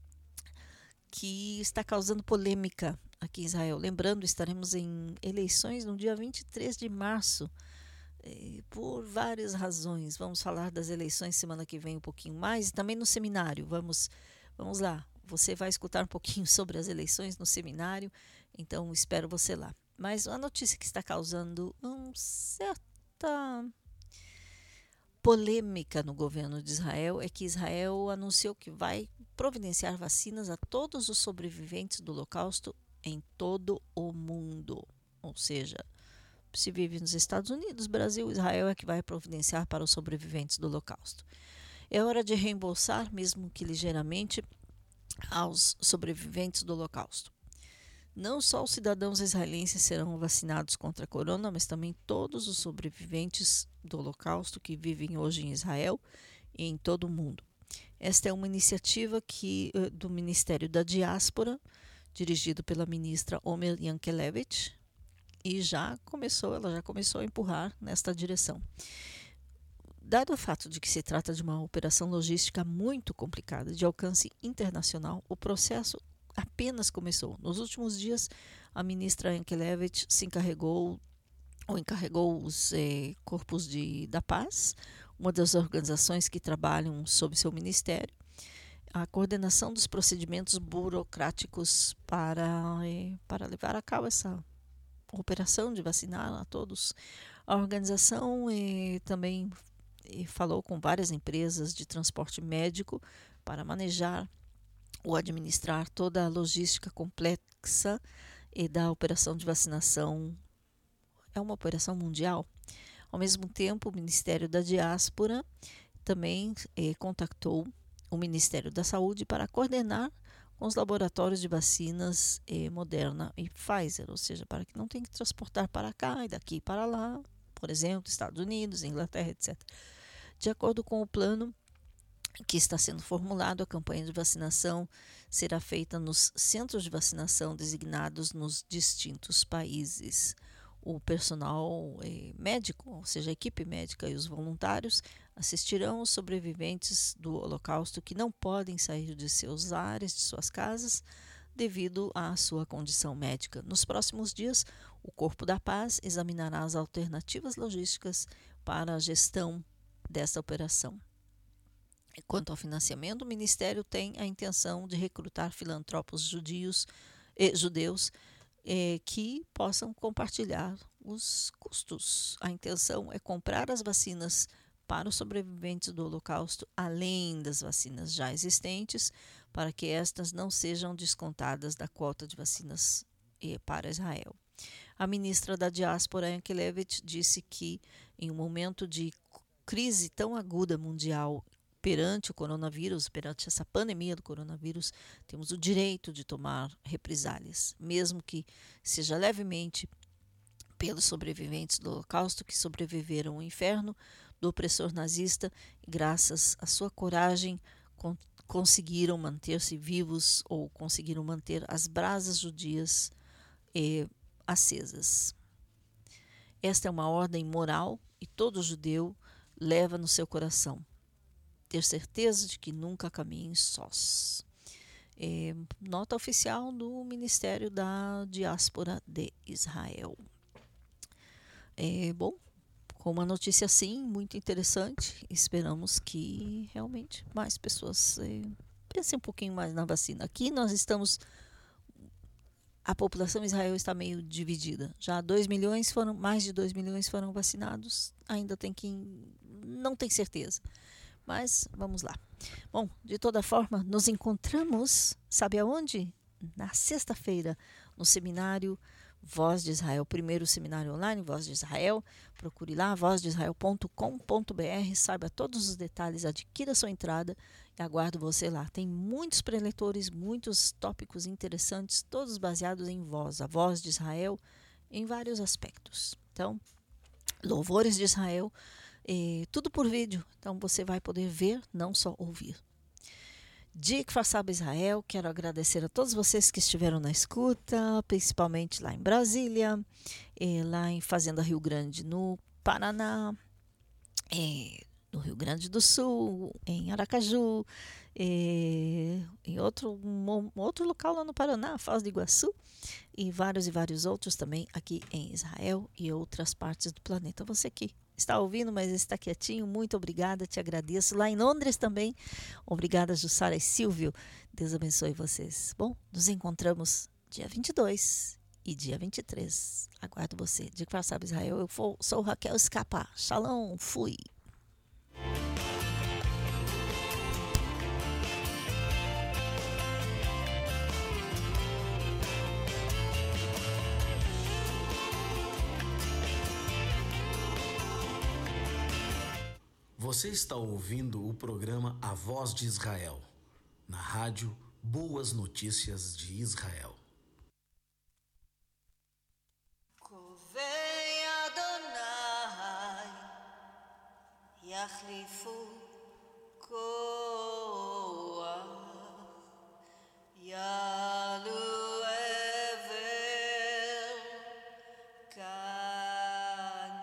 que está causando polêmica aqui em Israel. Lembrando, estaremos em eleições no dia vinte e três de março, eh, por várias razões. Vamos falar das eleições semana que vem um pouquinho mais, e também no seminário. Vamos, vamos lá, você vai escutar um pouquinho sobre as eleições no seminário, então espero você lá. Mas a notícia que está causando uma certa polêmica no governo de Israel é que Israel anunciou que vai providenciar vacinas a todos os sobreviventes do Holocausto em todo o mundo. Ou seja, se vive nos Estados Unidos, Brasil, Israel é que vai providenciar para os sobreviventes do Holocausto. É hora de reembolsar, mesmo que ligeiramente, aos sobreviventes do Holocausto. Não só os cidadãos israelenses serão vacinados contra a corona, mas também todos os sobreviventes do Holocausto que vivem hoje em Israel e em todo o mundo. Esta é uma iniciativa que, do Ministério da Diáspora, dirigido pela ministra Omer Yankelevich, e já começou, ela já começou a empurrar nesta direção. Dado o fato de que se trata de uma operação logística muito complicada, de alcance internacional, o processo apenas começou. Nos últimos dias, a ministra Yankelevich se encarregou ou encarregou os eh, Corpos de, da Paz, uma das organizações que trabalham sob seu ministério, a coordenação dos procedimentos burocráticos para, eh, para levar a cabo essa operação de vacinar a todos. A organização eh, também eh, falou com várias empresas de transporte médico para manejar ou administrar toda a logística complexa e da operação de vacinação. É uma operação mundial. Ao mesmo tempo, o Ministério da Diáspora também eh, contactou o Ministério da Saúde para coordenar com os laboratórios de vacinas eh, Moderna e Pfizer, ou seja, para que não tenha que transportar para cá e daqui para lá, por exemplo, Estados Unidos, Inglaterra, etcétera. De acordo com o plano que está sendo formulado, a campanha de vacinação será feita nos centros de vacinação designados nos distintos países. O personal eh, médico, ou seja, a equipe médica e os voluntários, assistirão os sobreviventes do Holocausto que não podem sair de seus lares, de suas casas, devido à sua condição médica. Nos próximos dias, o Corpo da Paz examinará as alternativas logísticas para a gestão dessa operação. Quanto ao financiamento, o Ministério tem a intenção de recrutar filantropos judios, eh, judeus eh, que possam compartilhar os custos. A intenção é comprar as vacinas para os sobreviventes do Holocausto, além das vacinas já existentes, para que estas não sejam descontadas da quota de vacinas eh, para Israel. A ministra da Diáspora, Yankelevich, disse que em um momento de crise tão aguda mundial perante o coronavírus, perante essa pandemia do coronavírus, temos o direito de tomar represálias, mesmo que seja levemente pelos sobreviventes do Holocausto que sobreviveram ao inferno do opressor nazista e, graças à sua coragem, con- conseguiram manter-se vivos ou conseguiram manter as brasas judias eh, acesas. Esta é uma ordem moral e todo judeu leva no seu coração ter certeza de que nunca caminhem sós. É, nota oficial do Ministério da Diáspora de Israel. É, bom, com uma notícia assim, muito interessante, esperamos que realmente mais pessoas é, pensem um pouquinho mais na vacina. Aqui nós estamos, a população de Israel está meio dividida. Já dois milhões foram, mais de dois milhões foram vacinados, ainda tem que, não tem certeza. Mas vamos lá. Bom, de toda forma, nos encontramos, sabe aonde? Na sexta-feira, no seminário Voz de Israel, primeiro seminário online, Voz de Israel. Procure lá, voz de israel ponto com ponto b r, saiba todos os detalhes, adquira sua entrada e aguardo você lá. Tem muitos preletores, muitos tópicos interessantes, todos baseados em voz, a voz de Israel, em vários aspectos. Então, louvores de Israel, eh, tudo por vídeo, então você vai poder ver, não só ouvir. De Kfar Saba, Israel, quero agradecer a todos vocês que estiveram na escuta, principalmente lá em Brasília, eh, lá em Fazenda Rio Grande, no Paraná, eh, no Rio Grande do Sul, em Aracaju, eh, em outro, um, outro local lá no Paraná, Foz do Iguaçu, e vários e vários outros também aqui em Israel e outras partes do planeta. Você que está ouvindo, mas está quietinho, muito obrigada, te agradeço. Lá em Londres também, obrigada Jussara e Silvio, Deus abençoe vocês. Bom, nos encontramos dia vinte e dois e dia vinte e três. Aguardo você. De Kfar Saba, Israel, eu sou Raquel Escapa. Shalom, fui. Você está ouvindo o programa A Voz de Israel, na rádio Boas Notícias de Israel. Kovei Adonai, yachlifu koach, yalu ever kan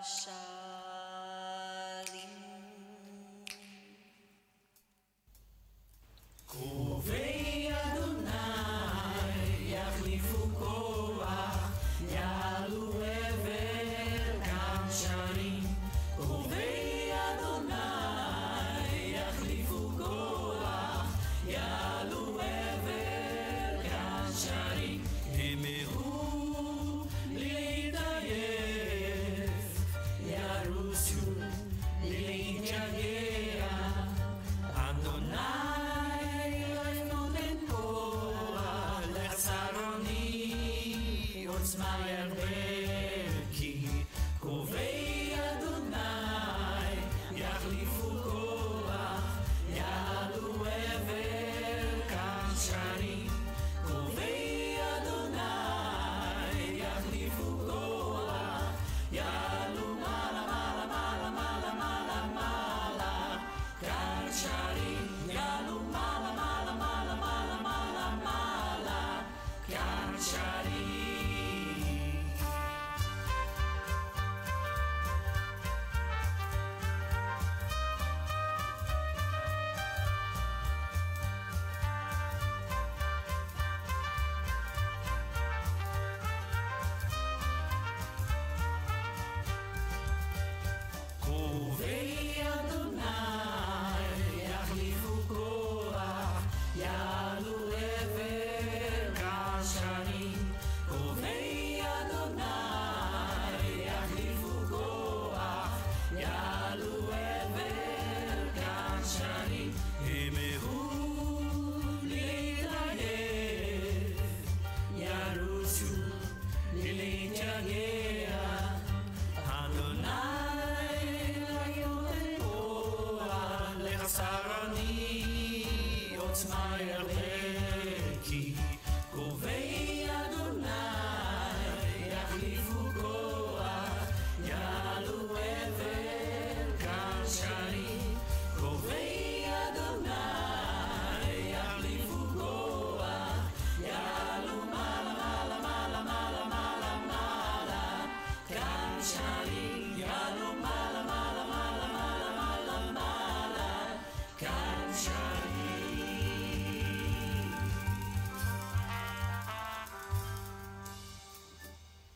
Kovei Adonai, yachlifu koach, yalu ever kan sharim. Kovei Adonai, yachlifu koach, yalu ever kan sharim. Emehu leitayef, yarusu leityageya. Adonai Smile Berki, Kovei Adonai, Yachlifu Koach, Yalu Ever Kan Sharim. Kovei Adonai, Yachlifu Koach, Yalu Mala Mala Mala Mala Mala Mala Kan Sharim. Yalu Mala Mala Mala Mala Mala Mala Kan Sharim. Kovei Adonai, yachlifu koach, yalu ever kan sharim. Kovei Adonai, yachlifu koach, yalu ever kan sharim. Emehu leitayef, yarusu leityageya. Sarani, Otzma Yerleki.